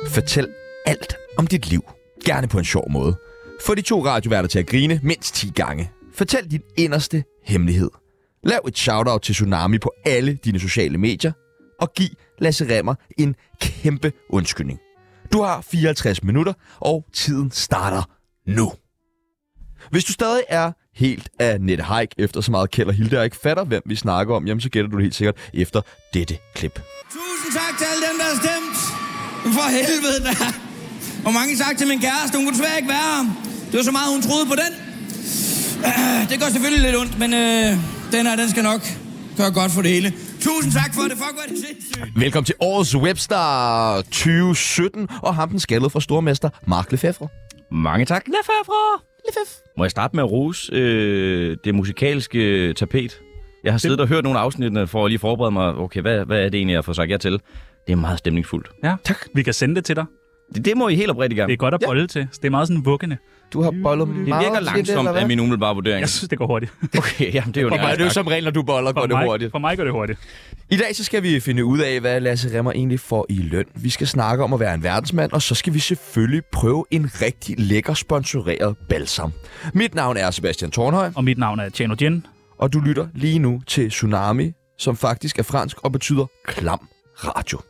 Fortæl alt om dit liv. Gerne på en sjov måde. Få de 2 radioværter til at grine mindst 10 gange. Fortæl din inderste hemmelighed. Lav et shoutout til Tsunami på alle dine sociale medier. Og giv Lasse Remmer en kæmpe undskyldning. Du har 54 minutter, og tiden starter nu. Hvis du stadig er helt af Nette Haik efter så meget Kjeld og Hilde, og ikke fatter, hvem vi snakker om, jamen så gætter du det helt sikkert efter dette klip. Tusind tak til alle dem, der har stemt. For helvede da. Og mange tak til min kæreste. Hun kunne desværre ikke være her. Det var så meget, hun troede på den. Det går selvfølgelig lidt ondt, men den skal nok gøre godt for det hele. Tusind tak for det. Fuck, hvor er det sindssygt. Velkommen til årets Webstar 2017, og ham den skaldede fra stormester Mark Lefebvre. Mange tak. Lefebvre. Må jeg starte med at rose det musikalske tapet? Jeg har siddet og hørt nogle af afsnittene for at lige forberede mig. Okay, hvad er det egentlig, jeg får sagt jer til? Det er meget stemningsfuldt. Ja, tak. Vi kan sende det til dig. Det må I helt oprigtigt gerne. Det er godt at bolle til. Det er meget sådan vuggende. Du har bollet meget. Det virker langsomt af min umiddelbare vurdering. Jeg synes, det går hurtigt. Okay, jamen det er jo det er jo som regel, når du boller, går det hurtigt. For mig går det hurtigt. I dag så skal vi finde ud af, hvad Lasse Remmer egentlig får i løn. Vi skal snakke om at være en verdensmand, og så skal vi selvfølgelig prøve en rigtig lækker sponsoreret balsam. Mit navn er Sebastian Tornhøj. Og mit navn er Tjano Jen. Og du lytter lige nu til Tsunami, som faktisk er fransk og betyder klam radio.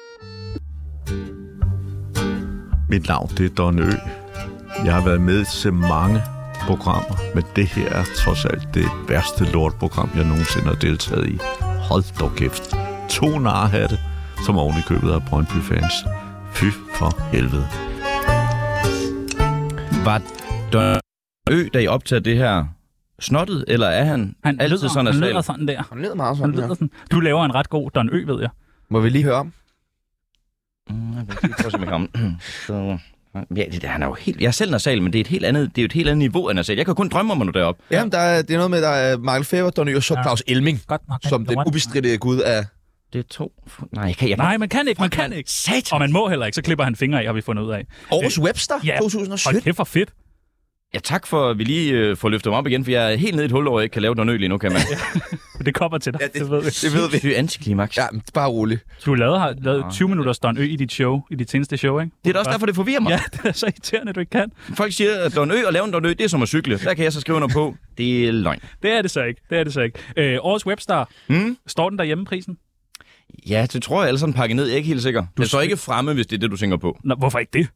Mit navn, det er Don Ø. Jeg har været med til mange programmer, men det her er trods alt det værste lortprogram, jeg nogensinde har deltaget i. Hold dog kæft. 2 narhatte, som oven i købet af Brøndby-fans. Fy for helvede. Var Don Ø, da I optager det her, snottet, eller er han altid sådan nasal? Han lyder sådan der. Han lyder meget sådan, sådan. Du laver en ret god Don Ø, ved jeg. Må vi lige høre om? Jeg vil lige prøve at se, om jeg kan. Så... Ja, han er jo helt... Jeg er selv nasal, men det er jo et helt andet niveau af nasal. Jeg kan kun drømme om, når deroppe. Ja, det er noget med, der er Mark Lefebvre, Don Ø og så Claus Elming, godt nok, som den ubestridte gud af... Det er 2... Nej, man kan ikke. Satan. Og man må heller ikke, så klipper han fingre af, har vi fundet ud af. Årets Webstar 2017. Hold kæft for fedt. Ja, tak for, at vi lige får løftet mig op igen, for jeg er helt nede i et hul over, jeg ikke kan lave Don Ø lige nu, kan man. Det kommer til dig, ja, det ved vi. Det ved vi. Det er antiklimaks. Ja, bare roligt. Du har lavet 20 minutter Don Ø i dit show, i dit seneste show, ikke? Det er da også derfor, det forvirrer mig. Ja, det er så irriterende, du ikke kan. Folk siger, at Don Ø og lave en Don Ø, det er som at cykle. Der kan jeg så skrive under på. Det er løgn. Det er det så ikke. Årets Webstar. Står den derhjemme, prisen? Ja, det tror jeg alle sådan pakket ned. Jeg er ikke helt sikker. Du står ikke fremme, hvis det er det, du tænker på. Nå, hvorfor ikke det?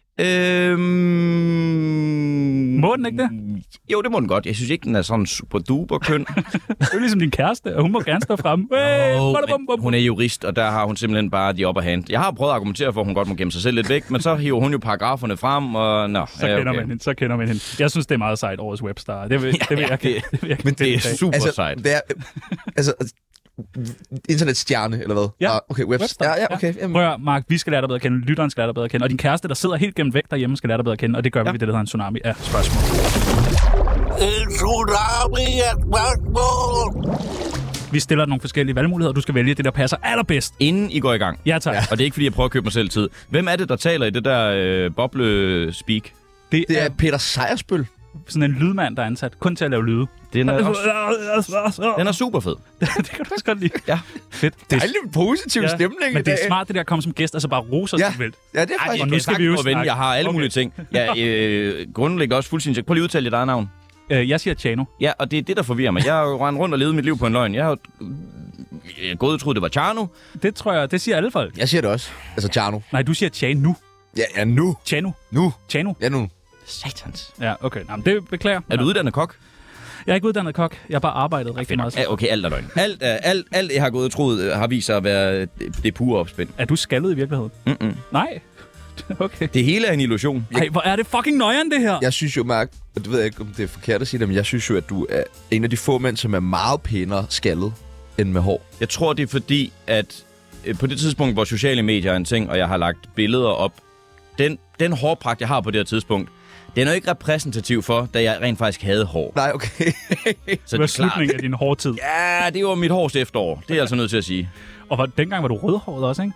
Må den ikke det? Jo, det må den godt. Jeg synes ikke, den er sådan super duper køn. Det er jo ligesom din kæreste, og hun må gerne stå fremme. Hun er jurist, og der har hun simpelthen bare de upper hand. Jeg har prøvet at argumentere for, at hun godt må gemme sig selv lidt væk, men så hiver hun jo paragraferne frem, og Så kender man hende. Jeg synes, det er meget sejt, årets Webstar. Det vil jeg men det er super sejt. Det er, internetstjerne, eller hvad? Ja, okay, Webstar. Ja, okay. Prøv at, Mark, vi skal lære dig bedre at kende, lytteren skal lære dig bedre at kende, og din kæreste, der sidder helt gennem væk derhjemme, skal lære dig bedre at kende, og det gør vi ved det, der hedder en tsunami af spørgsmål. En tsunami af spørgsmål! Vi stiller nogle forskellige valgmuligheder, og du skal vælge det, der passer allerbedst. Inden I går i gang. Ja, tak. Og det er ikke, fordi jeg prøver at købe mig selv tid. Hvem er det, der taler i det der boble-speak? Det er Peter Sejersbøl. Sådan en lydmand, der er ansat kun til at lave lyde. Den er super fed. Det kan du også godt lide. Ja, fedt. Det er en positiv stemning. Men det er smart, det der kommer som gæst, altså bare roser sig vildt. Ja, det er faktisk. Og nu skal vi jo snakke. Jeg har alle mulige ting. Grundlæggende også fuldstændig. Prøv lige at udtale dit eget navn. Jeg siger Tjano. Ja, og det er det, der forvirrer mig. Jeg har jo rendt rundt og levet mit liv på en løgn. Jeg har gået og troet, det var Tjano. Det tror jeg, det siger alle folk. Jeg siger det også. Altså Tjano. Nej, du siger Tjano. Ja, nu. Tjano. Nu. Tjano. Ja, nu. Satans. Ja, okay. Nå, men det beklager. Er du uddannet kok? Jeg er ikke uddannet kok. Jeg har bare arbejdet rigtig meget. Ja, okay, alt er løgn. Alt, jeg har gået og troet, har vist sig at være det pure opspind. Er du skaldet i virkeligheden? Nej. Okay. Det hele er en illusion. Ej, hvor er det fucking nøjeren, det her? Jeg synes jo, Mark, og det ved jeg ikke, om det er forkert at sige det, men jeg synes jo, at du er en af de få mænd, som er meget pænere skaldet end med hår. Jeg tror, det er fordi, at på det tidspunkt, hvor sociale medier er en ting, og jeg har lagt billeder op, den hårpragt, jeg har på det her tidspunkt, den er jo ikke repræsentativ for, da jeg rent faktisk havde hår. Nej, okay. Så det var slutningen af din hårtid. Ja, det var mit hårste efterår. Det er jeg altså nødt til at sige. Og dengang var du rødhåret også, ikke?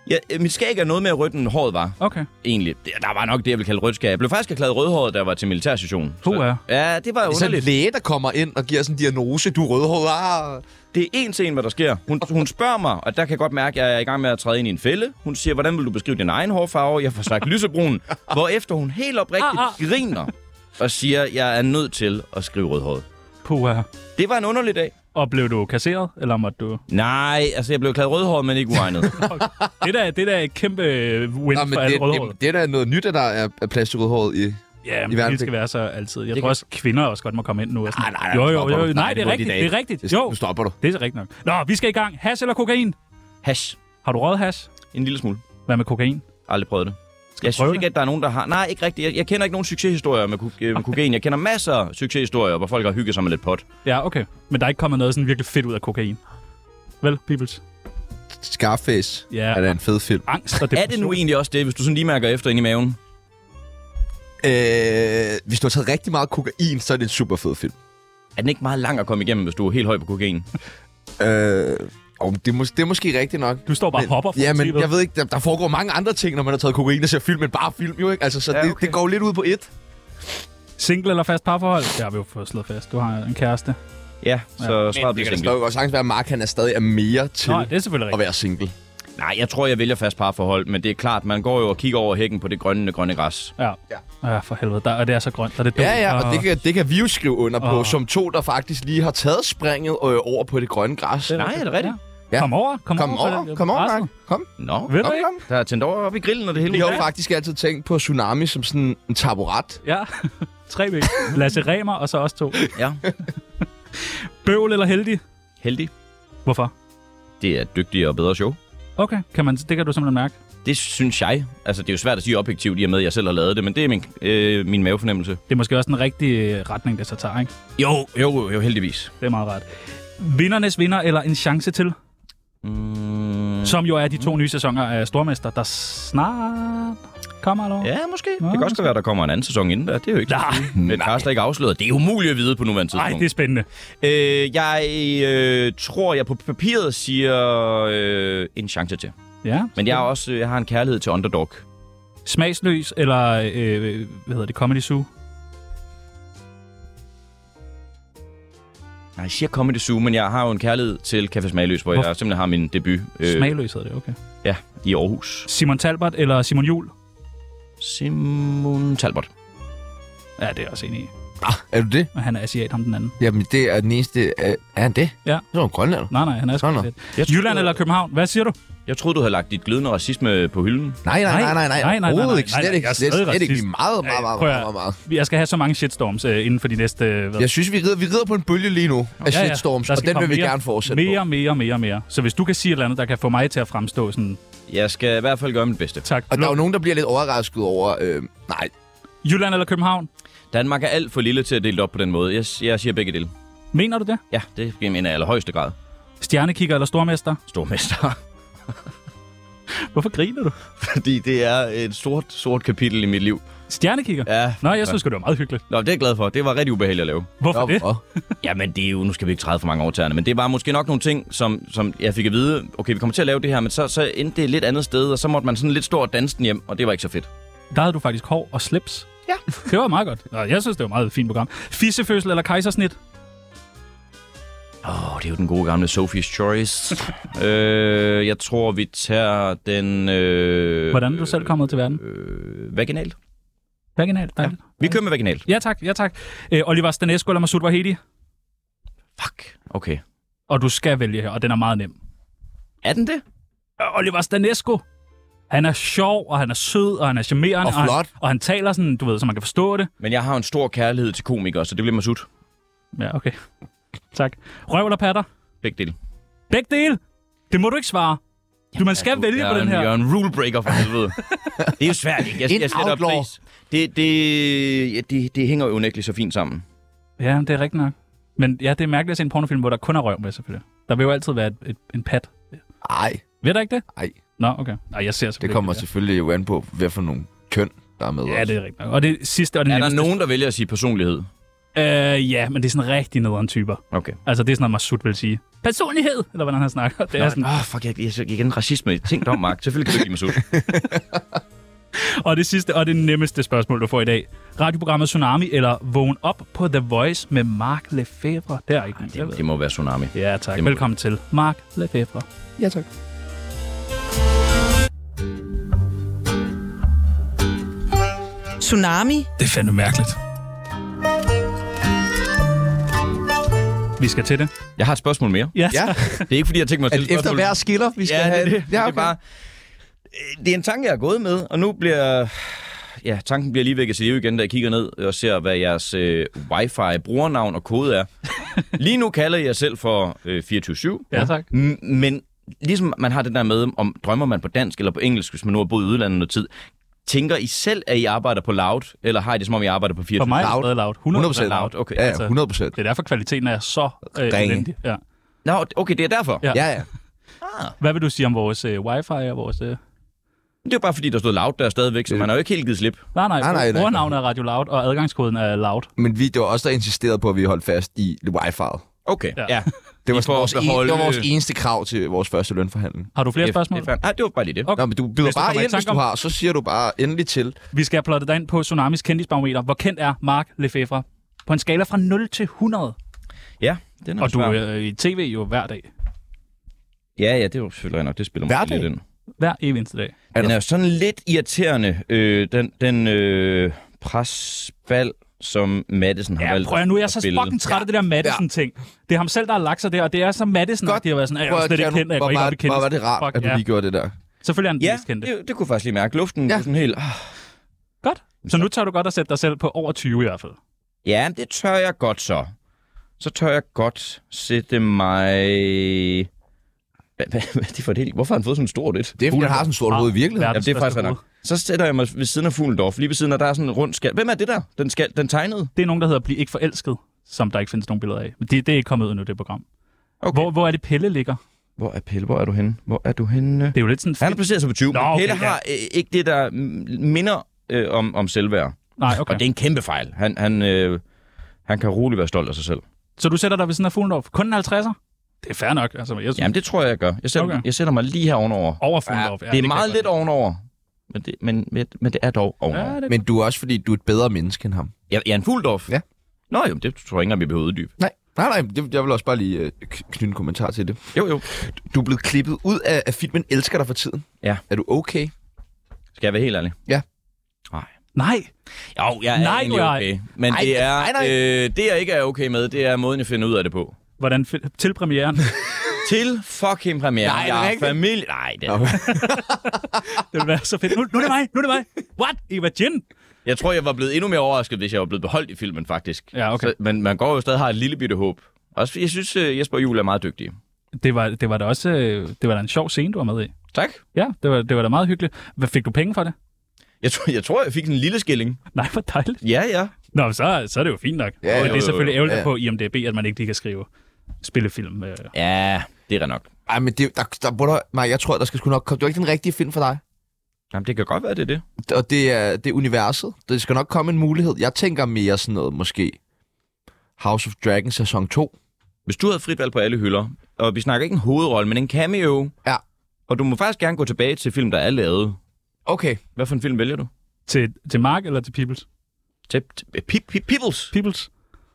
Ja, mit skæg er noget mere rødt, end håret var. Okay. Egentlig. Der var nok det, jeg ville kalde rødt skæg. Jeg blev faktisk erklæret rødhåret, da jeg var til militærsession. Ja. Ja, det var Det er sådan en underligt. læge, der kommer ind og giver sådan en diagnose. Du er rødhåret. Det er en til en, hvad der sker. Hun spørger mig, og der kan jeg godt mærke, at jeg er i gang med at træde ind i en fælde. Hun siger, hvordan vil du beskrive din egen hårfarve? Jeg får sagt lysebrun. Hvorefter hun helt oprigtigt griner og siger, at jeg er nødt til at skrive rødhåret. Puha. Det var en underlig dag. Og blev du kasseret, eller måtte du... Nej, altså jeg blev kaldt rødhåret, men ikke uegnet. Det er et kæmpe win for alle rødhårede. det er da noget nyt, at der er plads til rødhåret i... Ja, men det skal være så altid. Jeg tror også, kvinder også godt må komme ind nu. Og sådan. Nej, Jo. Nej, det er rigtigt. Det er rigtigt. Jo, Nu stopper du. det er rigtigt nok. Nå, vi skal i gang. Hash eller kokain? Hash. Har du røget hash? En lille smule. Hvad med kokain? Aldrig prøvet det. Jeg prøve synes ikke, at der er nogen, der har... Nej, ikke rigtigt. Jeg kender ikke nogen succeshistorier med kokain. Jeg kender masser af succeshistorier, hvor folk har hygget sig med lidt pot. Ja, okay. Men der er ikke kommet noget sådan virkelig fedt ud af kokain. Vel, Peoples? Scarface. Ja. Er det en fed film? Angst og Er det nu egentlig også det, hvis du sådan lige mærker efter ind i maven? Hvis du har taget rigtig meget kokain, så er det en super fed film. Er den ikke meget lang at komme igennem, hvis du er helt høj på kokain? Det er måske rigtigt nok. Du står bare og hopper for Ja, men motivet. jeg ved ikke, der foregår mange andre ting, når man har taget kokain og ser film, men bare film jo, ikke? Altså, så Ja, det, okay. det går lidt ud på et. Single eller fast parforhold? Det har vi jo fået slået fast. Du har en kæreste. Ja, så svaret Det bliver kan da single. stadig godt sagtens være, at Mark han er stadig er mere til Nå, det er selvfølgelig at rigtigt. være single. Nej, jeg tror, jeg vælger fast parforhold, men det er klart, man går jo og kigger over hækken på det grønne græs. Ja, for helvede. Og det er så grønt, og det er dumt. Ja, og det kan vi jo skrive under på, Åh. som to, der faktisk lige har taget springet over på det grønne græs. Nej, er det rigtigt? Ja. Kom over. Kom over, Mark. Kom. Nå, Ved du Kom, ikke? kom. der er tændt over op i grillen, og det hele. Vi har jo faktisk altid tænkt på Tsunami som sådan en taburet. Ja. 3 ben. Lasse Remer, og så også 2. Ja, Bøvl eller heldig? heldig. Hvorfor? Det er et dygtigere og bedre show. Okay, det kan du simpelthen mærke. Det synes jeg. Altså, det er jo svært at sige objektivt, i og med, at jeg selv har lavet det, men det er min mavefornemmelse. Det er måske også den rigtige retning, det så tager, ikke? Jo, heldigvis. Det er meget rart. Vindernes vinder eller en chance til? Som jo er de 2 nye sæsoner af Stormester, der snart kommer, eller? Ja, måske. Nå, Det kan også være, at der kommer en anden sæson inden der. Det er jo ikke Nej. Men Karsten er ikke afsløret. Det er umuligt at vide på nuværende Nej, tidspunkt. det er spændende. Jeg tror, jeg på papiret siger en chance til. Ja. Men jeg har en kærlighed til Underdog. Smagsløs eller, hvad hedder det, Comedy Zoo? Nej, jeg siger Comedy Zoo, men jeg har jo en kærlighed til Café Smagløs, hvor jeg simpelthen har min debut. Smagløs hedder det, okay. Ja, i Aarhus. Simon Talbot eller Simon Juhl? Simon Talbot. Ja, det er jeg også enig i. Er du det? Men han er asiat, ham den anden. Jamen, det er den eneste... Er han det? Ja. Det er jo en grønlænder. Nej, han er Sådan sgu asiat. Jylland eller København? Hvad siger du? Jeg troede, du havde lagt dit glidende racisme på hylden. Nej. Overhovedet ikke. Slet ikke. Jeg er Slet stadig ikke. Vi racist. er meget. Jeg skal have så mange shitstorms inden for de næste... Jeg synes, vi rider på en bølge lige nu af shitstorms, Der og skal den vil komme vi gerne fortsætte mere. Så hvis du kan sige et eller andet, der kan få mig til at fremstå sådan... Jeg skal i hvert fald gøre mit bedste. Tak. Og der er jo nogen, der bliver lidt overrasket over... Nej. Jylland eller København? Danmark er alt for lille til at dele det op på den måde. Jeg siger begge dele. Mener du det? Ja, det mener jeg i allerhøjeste grad. Stjernekigger eller stormester? Stormester. Hvorfor griner du? Fordi det er et sort kapitel i mit liv. Stjernekigger? Ja. Nå, jeg synes det var meget hyggeligt. Nå, det er jeg glad for. Det var rigtig ubehageligt at lave. Hvorfor det? Jamen, det er jo... Nu skal vi ikke træde for mange over tæerne, men det var måske nok nogle ting, som jeg fik at vide. Okay, vi kommer til at lave det her, men så endte det et lidt andet sted, og så måtte man sådan lidt stå og danse den hjem, og det var ikke så fedt. Der havde du faktisk hår og slips. Ja. Det var meget godt. Og jeg synes, det var et meget fint program. Fissefødsel eller kejsersnit? Det er jo den gode gamle Sophie's Choice. Jeg tror, vi tager den... Hvordan er du selv kommet til verden? Vaginalt. Vaginalt, dejligt. Vi kører med vaginalt. Ja, tak. Oliver Stanescu eller Masoud Vahedi? Fuck. Okay. Og du skal vælge her, og den er meget nem. Er den det? Oliver Stanescu. Han er sjov, og han er sød, og han er charmerende. Og flot. Og han taler sådan, du ved, så man kan forstå det. Men jeg har en stor kærlighed til komikere, så det bliver Masud. Ja, okay. Tak. Røv eller patter? Begge dele. Begge dele? Det må du ikke svare. Man skal vælge på den her. Jeg er en rule breaker for helvede. Det er jo svært, ikke? Jeg sætter pris. Det hænger jo unægteligt så fint sammen. Ja, det er rigtigt nok. Men ja, det er mærkeligt at se en pornofilm, hvor der kun er røv med, selvfølgelig. Der vil jo altid være en pat. Ej. Ved du ikke det? Nej. Nå, okay. Nej, jeg ser Det kommer selvfølgelig jo an på, hvad for nogle køn, der er med. Ja, det er rigtigt nok. Og det sidste og det Er der nemmeste... nogen, der vælger at sige personlighed? Ja, men det er sådan rigtig nederen typer. Okay. Altså, det er sådan noget, Masud vil sige. personlighed, eller hvordan han snakker. Det er sådan. Fuck, jeg er igen racisme. Tænk dig om, Mark. Selvfølgelig kan du ikke lide Masud. Og det sidste og det nemmeste spørgsmål, du får i dag. Radioprogrammet Tsunami eller Vågn op på The Voice med Mark Lefebvre. Det er ikke Det må være Tsunami. Ja, tak. Velkommen til Mark Lefebvre. Ja, tak. Tsunami. Det er fandme mærkeligt. Vi skal til det. Jeg har et spørgsmål mere. Ja. Ja. Det er ikke, fordi jeg tænker mig at stille Efter spørgsmål. hver skiller, vi skal have... det er bare... Det er en tanke, jeg er gået med, og nu bliver... Ja, tanken bliver lige væk at se igen, da jeg kigger ned og ser, hvad jeres wifi-brugernavn og kode er. Lige nu kalder jeg jer selv for 24/7. Ja, tak. Men ligesom man har det der med, om drømmer man på dansk eller på engelsk, hvis man nu har boet i udlandet noget tid. Tænker I selv, at I arbejder på Loud, eller har I det som om, I arbejder på 24/7? For mig er Loud. det Loud. 100% Loud. Okay. Ja, Altså, 100%. Det er derfor, kvaliteten er så elendig. Ja. Nå, okay, det er derfor. Ja. Ja. Hvad vil du sige om vores wifi og vores... Det er jo bare fordi, der stod Loud der stadigvæk, så man har jo ikke helt givet slip. Nej. Brugernavnet er Radio Loud, og adgangskoden er Loud. Men det var også der insisterede på, at vi holdt fast i wifi'et. Okay, Ja. ja. Det var, for vores, at beholde- det var vores eneste krav til vores første lønforhandling. Har du flere spørgsmål? Nej, det var bare lige det. Okay. Nå, men du byder Hvis du bare kommer i ind, hvis tanke du om- har. Så siger du bare endelig til. Vi skal have plottet dig ind på Tsunamis kendisbarometer. Hvor kendt er Mark Lefebvre? På en skala fra 0 til 100. Ja, det er Og du er i tv jo hver dag. Ja, det er jo selvfølgelig nok. Det spiller Hver måske dag? lidt ind. Hver evig eneste dag. Den er jo sådan lidt irriterende, den presbal, som Madison har Ja, valgt prøv at nu er jeg at så spille. fucking træt af det der Madison-ting. Det er ham selv, der har lagt sig der, og det er så Madison, Godt. at de har været sådan, jeg Prøv er at slet ikke Tjerno, kendt, jeg går ikke op i hvor var det kendis. rart, Fuck, at du ja. lige gjorde det der. Selvfølgelig er han den Ja, mest kendte. det kunne jeg faktisk lige mærke. Luften Ja. er sådan helt... Godt. Så nu tør du godt at sætte dig selv på over 20 i hvert fald. Ja, det tør jeg godt så. Så tør jeg godt sætte mig... Hvad er det for det? Hvorfor har han fået sådan en stor lidt? Det er, fordi han har sådan en stort hoved i virkeligheden. Ja, det er faktisk nok. Så sætter jeg mig ved siden af Fuglendorf. Lige ved siden af, der er sådan en rund skal. Hvem er det der? Den tegnede? Det er nogen, der hedder Bliv ikke forelsket, som der ikke findes nogen billeder af. Men det er ikke kommet ud endnu, det program. Okay. Hvor er det Pelle ligger? Hvor er Pelle? Hvor er du henne? Hvor er du henne? Det er jo lidt sådan... Han er placeret sig på 20, Nå, men okay, Pelle ja. har ikke det, der minder om selvværd. Nej, okay. Og det er en kæmpe fejl. Han kan roligt være stolt af sig selv. Så du sætter dig ved sådan af Fuglendorf. Kun en 50'er? Det er fair nok. Altså, jeg synes, Jamen, det tror jeg gør. Jeg sætter mig lige her ovenover. over Fuglendorf. Det er meget lidt ovenover. Men det er dog ovenover. Ja, det Men du er også, fordi du er et bedre menneske end ham. Jeg er en Fuglendorf. Ja. Nå jo, det tror jeg ikke engang, vi behøver uddybe. Nej, jeg vil også bare lige knytte en kommentar til det. Jo. Du er blevet klippet ud af filmen Elsker dig for tiden. Ja. Er du okay? Skal jeg være helt ærlig? Ja. Nej. Jo, jeg er Nej, egentlig du er- okay. Men Ej, det er nej. det, jeg ikke er okay med, det er måden, jeg finder ud af det på. Hvordan til premieren? Til fucking premiere. Nej, er det Jeg rigtigt? familie... Nej, det er... Det vil være så fedt. Nu er det mig. What? Eva Jin? Jeg tror, jeg var blevet endnu mere overrasket, hvis jeg var blevet beholdt i filmen, faktisk. Ja, okay. Men man går jo stadig har et lille bitte håb. Også fordi jeg synes, Jesper og Juhl er meget dygtige. Det var da også det var da en sjov scene, du var med i. Tak. Ja, det var da meget hyggeligt. Hvad fik du penge for det? Jeg tror, jeg fik sådan en lille skilling. Nej, hvor dejligt. Ja. Nå, så er det jo fint nok. Ja, Og det er jo. selvfølgelig ærgerligt Ja. på IMDb, at man ikke lige kan skrive spillefilm. Ja, det er nok. Ej, men jeg tror, der skal sgu nok komme... Det er ikke den rigtige film for dig. Jamen, det kan godt være, det er det. Og det er universet. Der skal nok komme en mulighed. Jeg tænker mere sådan noget, måske House of Dragon sæson 2. Hvis du havde frit valg på alle hylder, og vi snakker ikke en hovedrolle, men en cameo, Ja. og du må faktisk gerne gå tilbage til film, der er lavet. Okay. Hvad for en film vælger du? Til Mark eller til Peoples? Til Peoples. Peoples.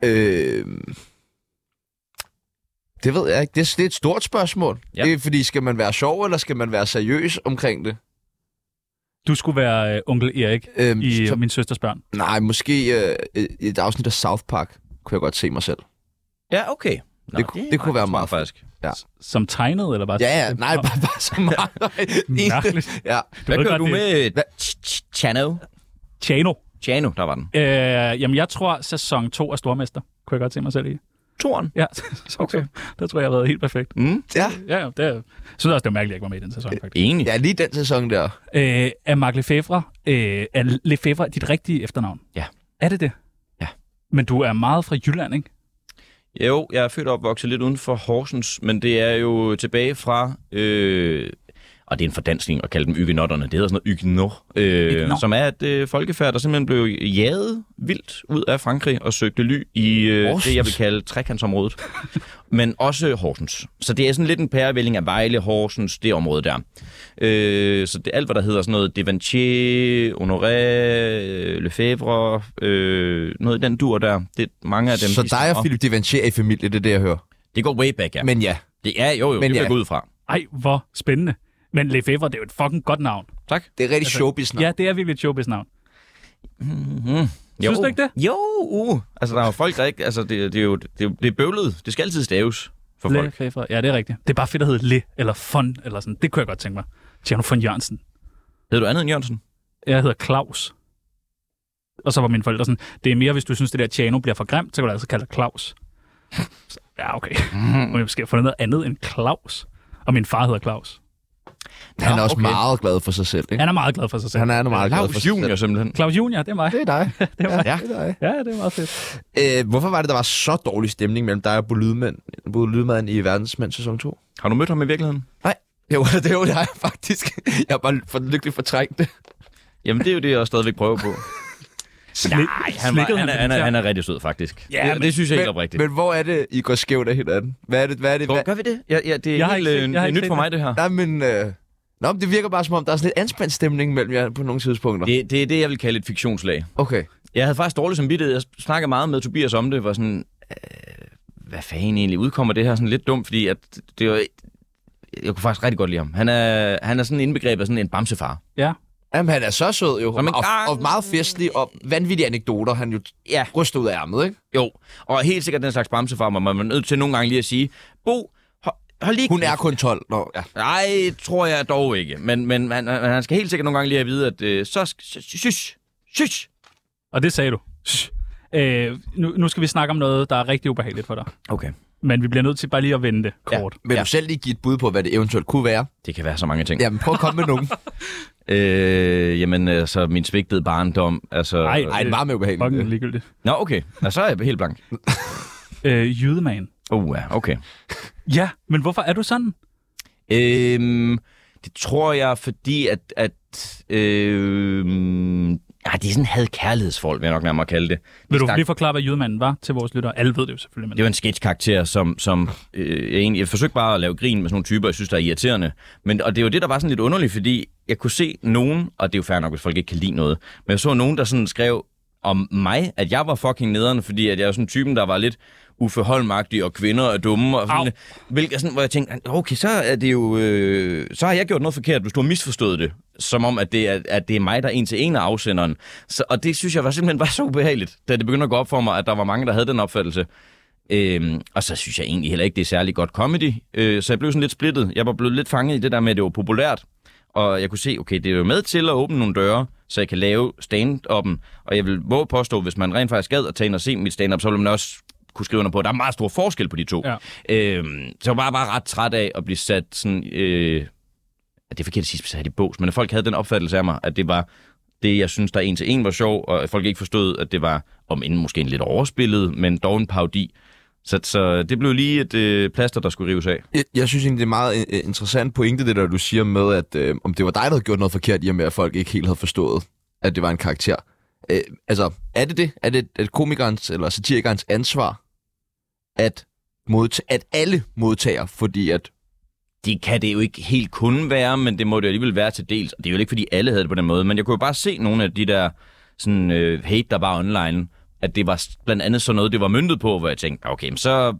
Det ved jeg ikke. Det er et stort spørgsmål. Ja. Det er, fordi skal man være sjov, eller skal man være seriøs omkring det? Du skulle være onkel Erik i så, Min Søsters Børn. nej, måske et afsnit af South Park kunne jeg godt se mig selv. Ja, okay. Nå, Det kunne være smart, meget faktisk. Som tegnet, eller bare... Ja, nej, bare så meget. Mærkeligt. Ja. Hvad ved gør godt, du det- med Chano? Chano. Der var den. Jamen, jeg tror, sæson 2 af Stormester kunne jeg godt se mig selv i. Toren. Ja, sæson 2. Der tror jeg, jeg har været helt perfekt. Mm. Ja. Ja, det er... Jeg synes også, det var mærkeligt, at jeg ikke var med i den sæson, faktisk. Enig. Ja, lige den sæson der. Er Mark Lefebvre, er Lefebvre dit rigtige efternavn? Ja. Er det det? Ja. Men du er meget fra Jylland, ikke? Jo, jeg er født og opvokset lidt uden for Horsens, men det er jo tilbage fra... og det er en fordansning at kalde dem ygenotterne. Det hedder sådan noget Huguenot, som er et folkefærd, der simpelthen blev jaget vildt ud af Frankrig og søgte ly i det, jeg vil kalde trekantsområdet. Men også Horsens. Så det er sådan lidt en pærevælling af Vejle, Horsens, det område der. Så det er alt, hvad der hedder sådan noget Devantier, Honoré, Lefebvre, noget i den dur der. Det er mange af dem. Så dig og Philippe Devantier er i familie, det er det, jeg hører? Det går way back, ja. Men ja. Det er jo, men det vil gå ud fra. Ej, hvor spændende. Men Lefebvre, det er jo et fucking godt navn. Tak. Det er rigtig showbiz-navn. Ja, det er virkelig et showbiz-navn. Synes du ikke det? Jo, altså der er jo folk, der ikke... Altså det er bøvlet. Det skal altid staves for folk. Lefebvre, ja, det er rigtigt. Det er bare fedt at hedde Le, eller Fon, eller sådan. Det kunne jeg godt tænke mig. Tjerno von Jørgensen. Hedder du andet end Jørgensen? Jeg hedder Claus. Og så var mine forældre sådan, det er mere, hvis du synes, det der Tjerno bliver for grimt, så kan du altså kalde dig Claus. Ja, okay. Men jeg skal få noget andet end Claus. Og min far hedder Claus. Han er også meget glad for sig selv, ikke? Han er meget glad for sig selv. Han er meget glad for sig selv. Junior, simpelthen. Claus Junior, det er mig. Det er dig. Det er mig. Ja, det er dig. Ja, det er meget fedt. Hvorfor var det, der var så dårlig stemning mellem dig og Bo Lydmand i Verdensmand sæson 2? Har du mødt ham i virkeligheden? Nej, det var jeg faktisk. Jeg har bare for lykkelig fortrængt det. Jamen, det er jo det, jeg stadigvæk prøver på. Nej, han er rigtig sød, faktisk. Ja, det synes jeg ikke oprigtigt. Men hvor er det, I går skævt af hinanden? Hvad er det? Gør vi det? Ja, det er helt nyt for mig, det her. Nej, men... det virker bare som om, der er sådan lidt anspændt stemning mellem jer på nogle tidspunkter. Det er det, jeg vil kalde et fiktionslag. Okay. Jeg havde faktisk dårligt samvittighed. Jeg snakkede meget med Tobias om det. Var sådan, hvad fanden egentlig udkommer det her sådan lidt dumt, fordi at det var... Jeg kunne faktisk rigtig godt lide ham. Han er sådan indbegrebet af sådan en bamsefar. Ja. Jamen, han er så sød jo, og meget festlig, og vanvittige anekdoter, han jo ryster ud af ærmet, ikke? Jo, og helt sikkert den slags bamsefar, man er nødt til nogle gange lige at sige, Bo, hold lige... Hun er kun 12. Nå, ja. Nej, tror jeg dog ikke. Men han skal helt sikkert nogle gange lige have at vide, at så... Shush! Og det sagde du. Nu skal vi snakke om noget, der er rigtig ubehageligt for dig. Okay. Men vi bliver nødt til bare lige at vende det kort. Vil du selv lige give et bud på, hvad det eventuelt kunne være? Det kan være så mange ting. Jamen, prøv at komme med nogen. Jamen, altså, min svigtede barndom, altså... Nej, det er meget mere ubehageligt. Fucking ligegyldigt. Nå, okay. Ja, så er jeg helt blank. Jydemand. Ja, okay. Ja, men hvorfor er du sådan? Det tror jeg, fordi at det er sådan en had-kærlighedsforhold, vil jeg nok nærmere kalde det. Vil du lige forklare, hvad jydemanden var til vores lyttere? Alle ved det jo selvfølgelig. Men... Det var en sketch-karakter, som jeg forsøgte bare at lave grin med sådan nogle typer, jeg synes, der er irriterende. Og det var det, der var sådan lidt underligt, fordi jeg kunne se nogen, og det er jo fair nok, hvis folk ikke kan lide noget, men jeg så nogen, der sådan skrev om mig, at jeg var fucking nederen, fordi at jeg var sådan typen, der var lidt Uffe Holm-agtig, og kvinder er dumme, og sådan, sådan, hvor jeg tænkte, okay, så er det jo, så har jeg gjort noget forkert, hvis du har misforstået det, som om, at det er mig, der en til en er afsenderen. Og det synes jeg simpelthen var så ubehageligt, da det begyndte at gå op for mig, at der var mange, der havde den opfattelse. Og så synes jeg egentlig heller ikke, det er særlig godt comedy, så jeg blev sådan lidt splittet. Jeg var blevet lidt fanget i det der med, at det var populært, og jeg kunne se, okay, det er jo med til at åbne nogle døre, så jeg kan lave stand-up'en, og jeg vil våge påstå, hvis man rent faktisk gad at tage ind og se mit stand-up, så vil man også kunne skrive under på, at der er meget stor forskel på de to. Ja. Så jeg var bare ret træt af at blive sat sådan... det er forkert at sige, sat i bås, men folk havde den opfattelse af mig, at det var det, jeg synes, der en til en var sjov, og folk ikke forstod, at det var, om end måske en lidt overspillet, men dog en parodi. Så det blev lige et plaster, der skulle rives af. Jeg synes egentlig, det er meget interessant pointe, det der du siger med, at om det var dig, der havde gjort noget forkert, i og med, at folk ikke helt havde forstået, at det var en karakter. Er det det? Er det komikernes eller satirikernes ansvar, at alle modtager, fordi at... Det kan det jo ikke helt kun være, men det må det alligevel være til dels. Og det er jo ikke, fordi alle havde det på den måde, men jeg kunne jo bare se nogle af de der sådan, hate, der var online, at det var blandt andet sådan noget, det var møntet på, hvor jeg tænkte, okay, så